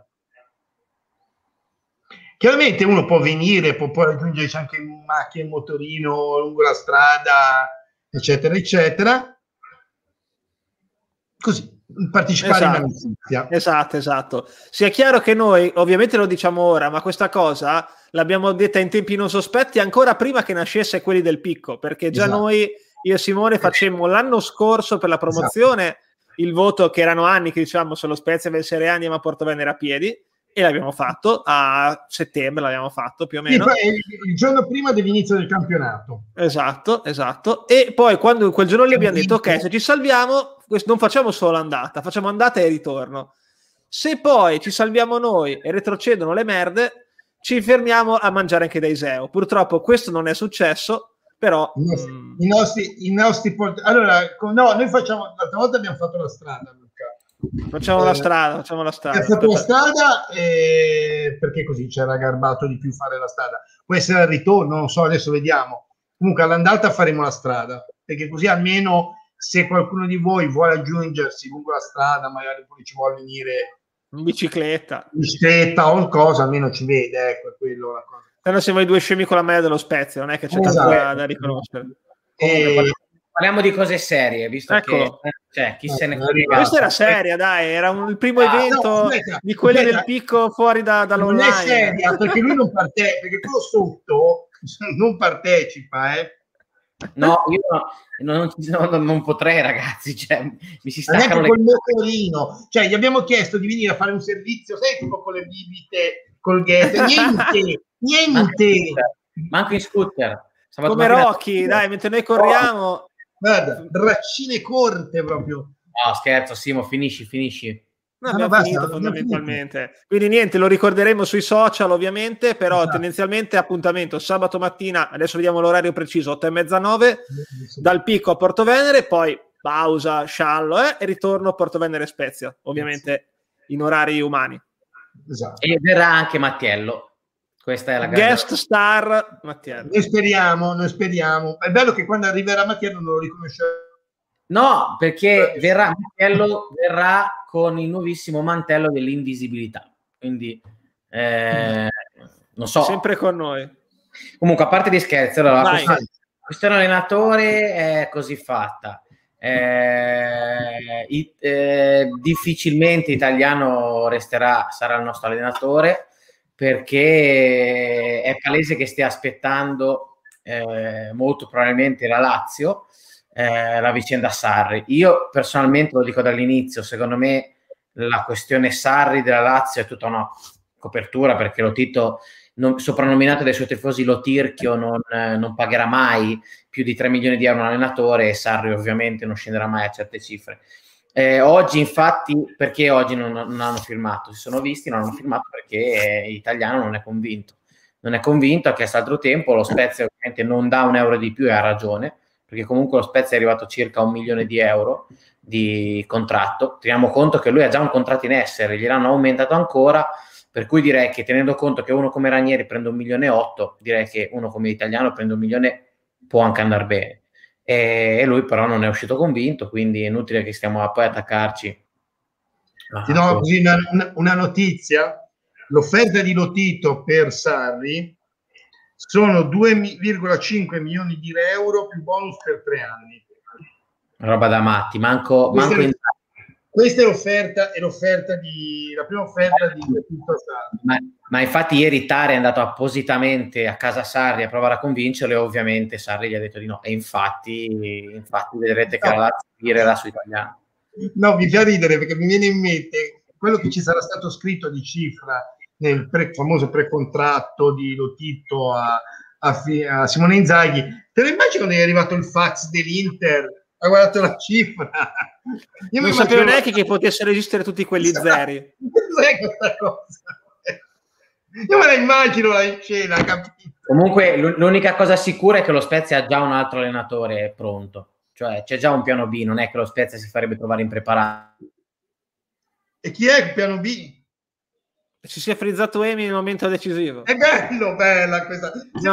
Chiaramente uno può venire, può raggiungerci anche in macchina, in motorino, lungo la strada, eccetera, eccetera. Così, partecipare in amicizia. Esatto. Sia chiaro che noi, ovviamente lo diciamo ora, ma questa cosa l'abbiamo detta in tempi non sospetti ancora prima che nascesse quelli del Picco, perché già noi, io e Simone, facemmo l'anno scorso per la promozione il voto, che erano anni che diciamo se lo Spezia avesse 6 anni ma Porto Venere a piedi, e l'abbiamo fatto a settembre, l'abbiamo fatto più o meno. Il giorno prima dell'inizio del campionato. Esatto. E poi quando quel giorno lì abbiamo detto ok, se ci salviamo non facciamo solo andata, facciamo andata e ritorno. Se poi ci salviamo noi e retrocedono le merde, ci fermiamo a mangiare anche da Iseo. Purtroppo questo non è successo, però i nostri allora no, noi facciamo, l'altra volta abbiamo fatto la strada, Luca, Facciamo la strada. Ha fatto la strada perché così c'era garbato di più fare la strada. Può essere al ritorno, non so, adesso vediamo. Comunque all'andata faremo la strada, perché così almeno se qualcuno di voi vuole aggiungersi lungo la strada, magari poi ci vuole venire in bicicletta o qualcosa, almeno ci vede, ecco, è quello la cosa. Però siamo i due scemi con la maglia dello Spezia, non è che c'è tanto da riconoscere. Parliamo di cose serie, visto Eccolo. che chi se ne frega. Questa era seria, dai, era il primo evento di quelli del picco fuori dall'online. Non è seria, perché lui non partecipa, perché quello sotto non partecipa, No, io non potrei, ragazzi, cioè, mi si staccano col motorino, cioè gli abbiamo chiesto di venire a fare un servizio, sai, tipo con le bibite, col ghetto, niente. Manco in scooter. Come Rocky, dai, mentre noi corriamo. Guarda, braccine corte proprio. No, scherzo, Simo, finisci. No, abbiamo finito fondamentalmente. Quindi niente, lo ricorderemo sui social ovviamente, però tendenzialmente appuntamento sabato mattina, adesso vediamo l'orario preciso, 8:30, 9, dal Picco a Porto Venere, poi pausa, sciallo e ritorno a Porto Venere Spezia, ovviamente in orari umani. Esatto. E verrà anche Mattiello. Questa è la guest star Mattiello. Noi speriamo. È bello che quando arriverà Mattiello non lo riconoscerà. No, perché Mattiello verrà con il nuovissimo mantello dell'invisibilità. Quindi non so. Sempre con noi. Comunque, a parte di scherzi, allora, questo allenatore è così fatta. Difficilmente Italiano sarà il nostro allenatore, perché è palese che stia aspettando molto probabilmente la Lazio, la vicenda Sarri. Io personalmente lo dico dall'inizio, secondo me la questione Sarri della Lazio è tutta una copertura, perché Lotito, soprannominato dai suoi tifosi Lo Tirchio, non pagherà mai più di 3 milioni di euro un allenatore, e Sarri ovviamente non scenderà mai a certe cifre. Oggi infatti, perché oggi non hanno firmato? Si sono visti, non hanno firmato perché Italiano non è convinto, ha chiesto altro tempo. Lo Spezia ovviamente non dà un euro di più e ha ragione, perché comunque lo Spezia è arrivato circa a 1 milione di euro di contratto. Teniamo conto che lui ha già un contratto in essere, gliel'hanno aumentato ancora, per cui direi che, tenendo conto che uno come Ranieri prende 1,8 milioni, direi che uno come Italiano prende 1 milione, può anche andare bene. E lui però non è uscito convinto, quindi è inutile che stiamo poi attaccarci. Ti do così una notizia: l'offerta di Lotito per Sarri sono 2,5 milioni di euro più bonus per 3 anni. Roba da matti, questa è l'offerta, la prima offerta di Sarri. Ma infatti ieri Tari è andato appositamente a casa Sarri a provare a convincerlo, e ovviamente Sarri gli ha detto di no, e infatti vedrete che la Lazio tirerà su Italiano. No, mi fa ridere perché mi viene in mente quello che ci sarà stato scritto di cifra nel famoso precontratto di Lotito a Simone Inzaghi. Te lo immagini quando è arrivato il fax dell'Inter? Ha guardato la cifra. Io non sapevo neanche che potessero esistere tutti quegli zeri. Cos'è questa cosa? Io me la immagino la scena, capito? Comunque l'unica cosa sicura è che lo Spezia ha già un altro allenatore pronto, cioè c'è già un piano B, non è che lo Spezia si farebbe trovare impreparato. E chi è il piano B? Ci si è frizzato Emi nel momento decisivo. È bella questa.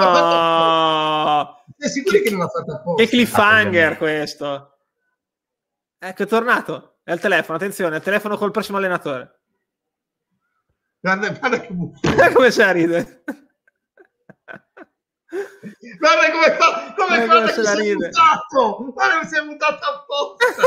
No, sei sicuro che non l'ha fatta apposta? Che cliffhanger questo. Ecco, è tornato. È al telefono, attenzione, è il telefono col prossimo allenatore. Guarda che buffo. Come si ride. Guarda come si è mutato. Guarda come si è mutato apposta.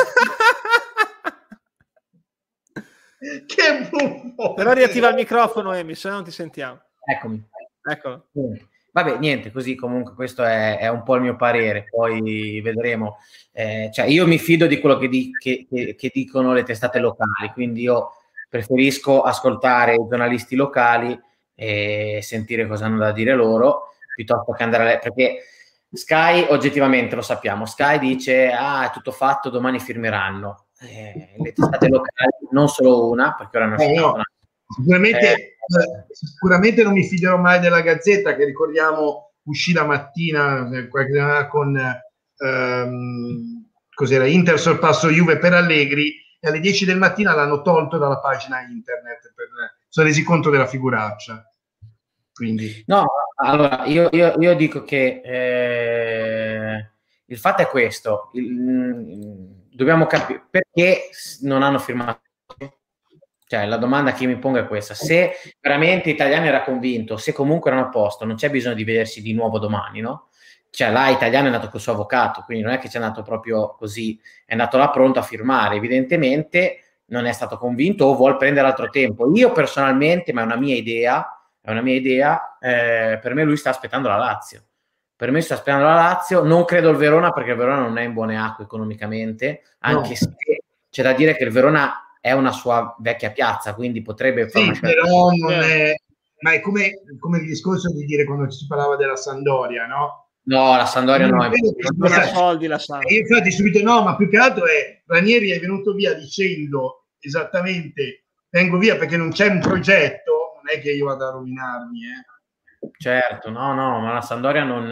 Che buffo. Però riattiva il microfono, Emi, se no non ti sentiamo. Eccomi. Eccolo. Vabbè, niente, così comunque questo è un po' il mio parere, poi vedremo. Cioè io mi fido di quello che dicono le testate locali, quindi io preferisco ascoltare i giornalisti locali e sentire cosa hanno da dire loro, piuttosto che andare perché Sky, oggettivamente lo sappiamo, Sky dice è tutto fatto, domani firmeranno. Le testate locali, non solo una, perché ora non sicuramente non mi fiderò mai della Gazzetta, che ricordiamo uscì la mattina con cos'era, Inter sorpasso Juve per Allegri, e alle 10 del mattino l'hanno tolto dalla pagina internet, sono resi conto della figuraccia. Quindi. No, allora io dico che il fatto è questo, dobbiamo capire perché non hanno firmato. Cioè, la domanda che mi pongo è questa: se veramente Italiano era convinto, se comunque erano a posto, non c'è bisogno di vedersi di nuovo domani, no? Cioè, là Italiano è andato col suo avvocato, quindi non è che c'è andato proprio così, è andato là pronto a firmare. Evidentemente non è stato convinto o vuol prendere altro tempo. Io personalmente, ma è una mia idea, per me lui sta aspettando la Lazio. Per me sta aspettando la Lazio, non credo il Verona, perché il Verona non è in buone acque economicamente, anche se c'è da dire che il Verona è una sua vecchia piazza, quindi potrebbe fare una però non è, ma è come il discorso di dire quando si parlava della Sampdoria, no? No, la Sampdoria no, non ha soldi la Sampdoria. Infatti subito no, ma più che altro è Ranieri è venuto via dicendo esattamente vengo via perché non c'è un progetto, non è che io vado a rovinarmi, Certo, no, ma la Sampdoria non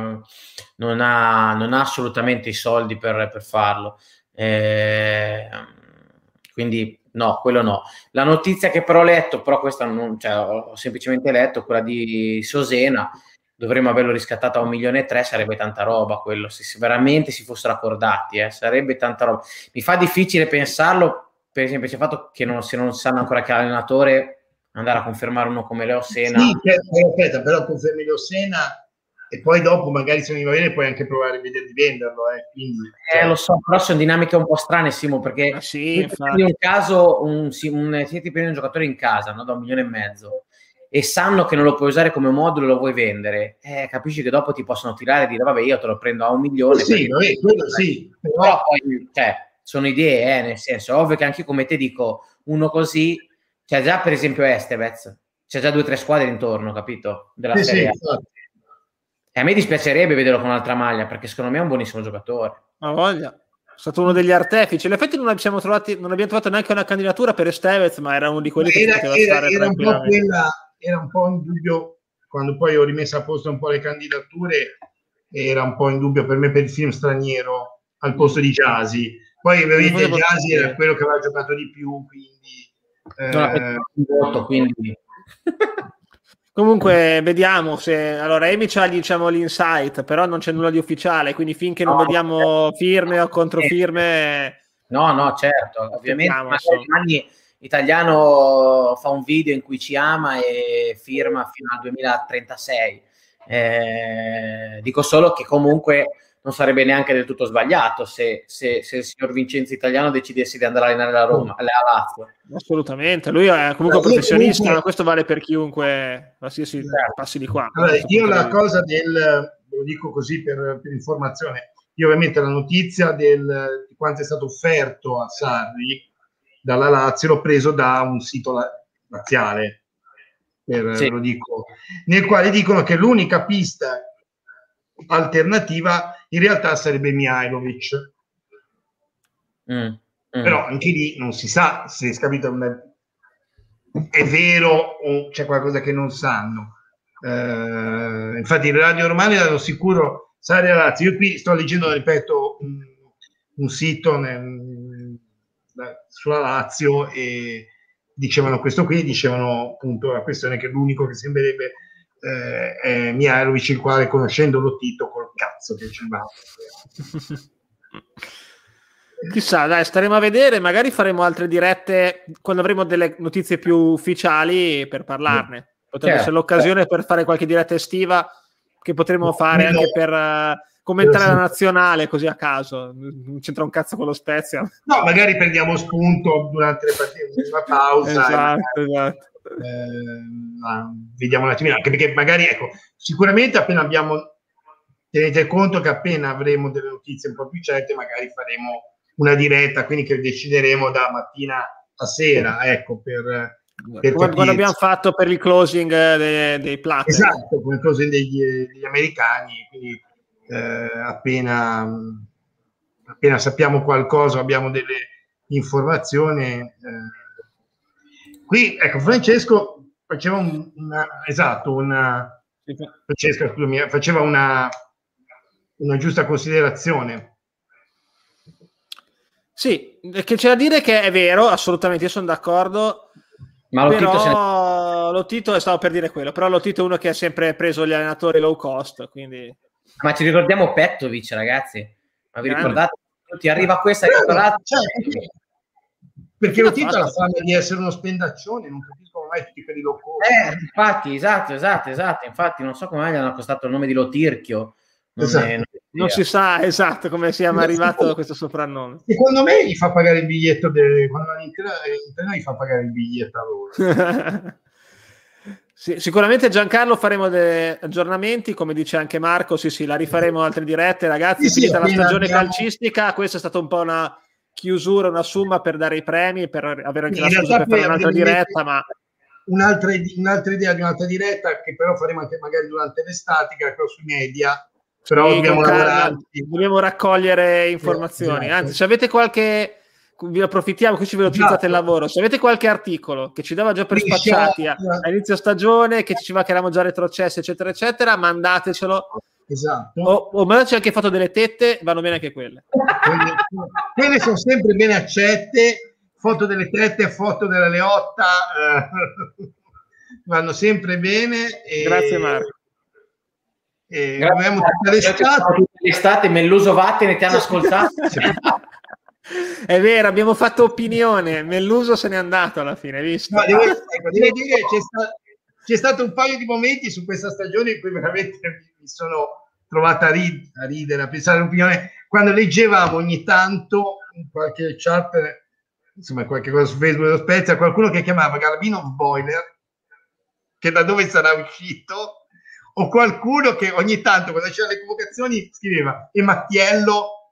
ha assolutamente i soldi per farlo. Quindi no, quello no. La notizia che però ho letto, però questa non, cioè, ho semplicemente letto, quella di Sosena, dovremmo averlo riscattato a 1,3 milioni, sarebbe tanta roba quello, se veramente si fossero accordati, sarebbe tanta roba. Mi fa difficile pensarlo per il semplice fatto che se non sanno ancora che l'allenatore andare a confermare uno come Leo Sena. Sì, aspetta, però confermi Leo Sena e poi dopo magari se non mi va bene puoi anche provare a vedere di venderlo, quindi, lo so, però sono dinamiche un po' strane, Simo, perché in un caso siete prendi un giocatore in casa, no, da 1,5 milioni e sanno che non lo puoi usare come modulo, lo vuoi vendere, capisci che dopo ti possono tirare e dire vabbè io te lo prendo a 1 milione. Sì, vabbè, quello sì, però poi sono idee, nel senso, ovvio che anche io come te dico, uno così, c'è già per esempio Estevez, c'è già 2 o 3 squadre intorno, capito? Della Serie A. E a me dispiacerebbe vederlo con un'altra maglia, perché secondo me è un buonissimo giocatore. Ma voglia. È stato uno degli artefici. In effetti non abbiamo trovato neanche una candidatura per Estevez, ma era uno di quelli che poteva stare tranquillamente. Era un po' in dubbio, quando poi ho rimesso a posto un po' le candidature, era un po' in dubbio per me per il film straniero al posto di Gyasi. Poi ovviamente Gyasi era quello che aveva giocato di più, quindi... quindi... Comunque vediamo se allora Amy c'ha diciamo l'insight, però non c'è nulla di ufficiale, quindi finché non vediamo firme o controfirme no certo, ovviamente magari Italiano fa un video in cui ci ama e firma fino al 2036. Dico solo che comunque non sarebbe neanche del tutto sbagliato se il signor Vincenzo Italiano decidesse di andare a allenare la Roma, alla Lazio. Assolutamente, lui è comunque professionista, comunque... questo vale per chiunque qualsiasi passi di qua. Allora, io la cosa lo dico così per informazione, io ovviamente la notizia di quanto è stato offerto a Sarri dalla Lazio l'ho preso da un sito laziale, lo dico, nel quale dicono che l'unica pista alternativa in realtà sarebbe Mihajlovic. Però anche lì non si sa se è vero o c'è qualcosa che non sanno. Infatti i Radio Romani erano sicuro Sarri a Lazio. Io qui sto leggendo, ripeto, un sito sulla Lazio e dicevano questo qui, dicevano appunto la questione che l'unico che sembrerebbe è Mihajlovic, il quale conoscendo Lotito col cazzo che ci va. Chissà, dai, staremo a vedere, magari faremo altre dirette quando avremo delle notizie più ufficiali per parlarne. Potrebbe essere l'occasione per fare qualche diretta estiva che potremo fare anche per commentare la nazionale così a caso, non c'entra un cazzo con lo Spezia. No, magari prendiamo spunto durante le partite, una pausa. Esatto. Vediamo un attimino, anche perché magari sicuramente tenete conto che appena avremo delle notizie un po' più certe magari faremo una diretta, quindi che decideremo da mattina a sera, per quando abbiamo fatto per il closing dei Platter. Esatto, come il closing degli americani, quindi appena sappiamo qualcosa, abbiamo delle informazioni. Qui, Francesco faceva faceva una giusta considerazione. Sì, che c'è da dire che è vero, assolutamente, io sono d'accordo. Ma Lotito stavo per dire quello, però Lotito è uno che ha sempre preso gli allenatori low cost, quindi... Ma ci ricordiamo Pettovic, ragazzi? Ma vi ricordate? Ti arriva questa perché Lotito ha la fama di essere uno spendaccione, non capisco mai tutti per i low cost. Infatti, esatto. Infatti non so come mai gli hanno accostato il nome di Lotirchio. Non si sa esatto come sia arrivato a questo soprannome. Secondo me gli fa pagare il biglietto quando gli fa pagare il biglietto a loro. Sì, sicuramente Giancarlo faremo dei aggiornamenti, come dice anche Marco, sì, la rifaremo altre dirette, ragazzi, finita la stagione calcistica, questa è stata un po' una chiusura, una summa per dare i premi, per avere anche la scusa per fare un'altra diretta, ma... Un'altra idea di un'altra diretta che però faremo anche magari durante l'estate, che è sui media. Però dobbiamo raccogliere informazioni. Esatto. Anzi, se avete qualche, vi approfittiamo, qui ci velocizzate il lavoro. Se avete qualche articolo che ci dava già per spacciati a inizio stagione, che ci diceva che eravamo già retrocessi, eccetera, eccetera, mandatecelo. Esatto. O mandateci anche foto delle tette, vanno bene anche quelle. Quelle sono sempre bene accette. Foto delle tette, foto della Leotta vanno sempre bene. Grazie Marco. L'estate Melluso vattene, ti hanno ascoltato. È vero, abbiamo fatto opinione. Melluso se n'è andato alla fine, hai visto? No, devo dire c'è stato un paio di momenti su questa stagione in cui veramente mi sono trovata a ridere, a pensare all'opinione. Quando leggevamo ogni tanto in qualche chat, insomma, qualche cosa su Facebook dello Spezia, qualcuno che chiamava Galvinov Boiler, che da dove sarà uscito, o qualcuno che ogni tanto quando c'erano le convocazioni scriveva e Mattiello.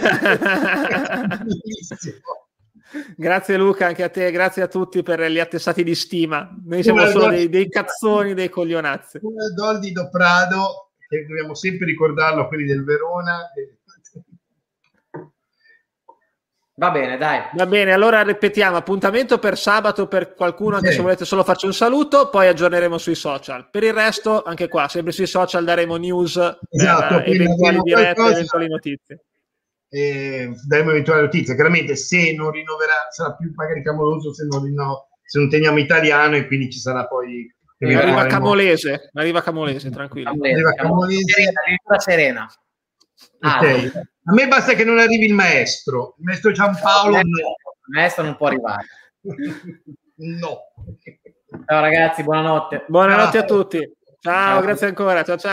Grazie Luca, anche a te, grazie a tutti per gli attestati di stima. Noi siamo solo dei cazzoni, dei coglionazzi. Come Doldi do Prado, che dobbiamo sempre ricordarlo, quelli del Verona. Va bene, dai. Va bene, allora ripetiamo, appuntamento per sabato per qualcuno, anche se volete solo faccio un saluto, poi aggiorneremo sui social. Per il resto, anche qua, sempre sui social daremo news, eventuali dirette, eventuali notizie. Daremo eventuali notizie. Chiaramente se non rinnoverà sarà più magari clamoroso se non teniamo italiano, e quindi ci sarà poi... Arriva Camolese, tranquillo. Arriva Camolese. Serena. Okay. A me basta che non arrivi il maestro Giampaolo. Il maestro non può arrivare. No. Ciao ragazzi, buonanotte. Buonanotte a tutti. Ciao, grazie ancora. Ciao.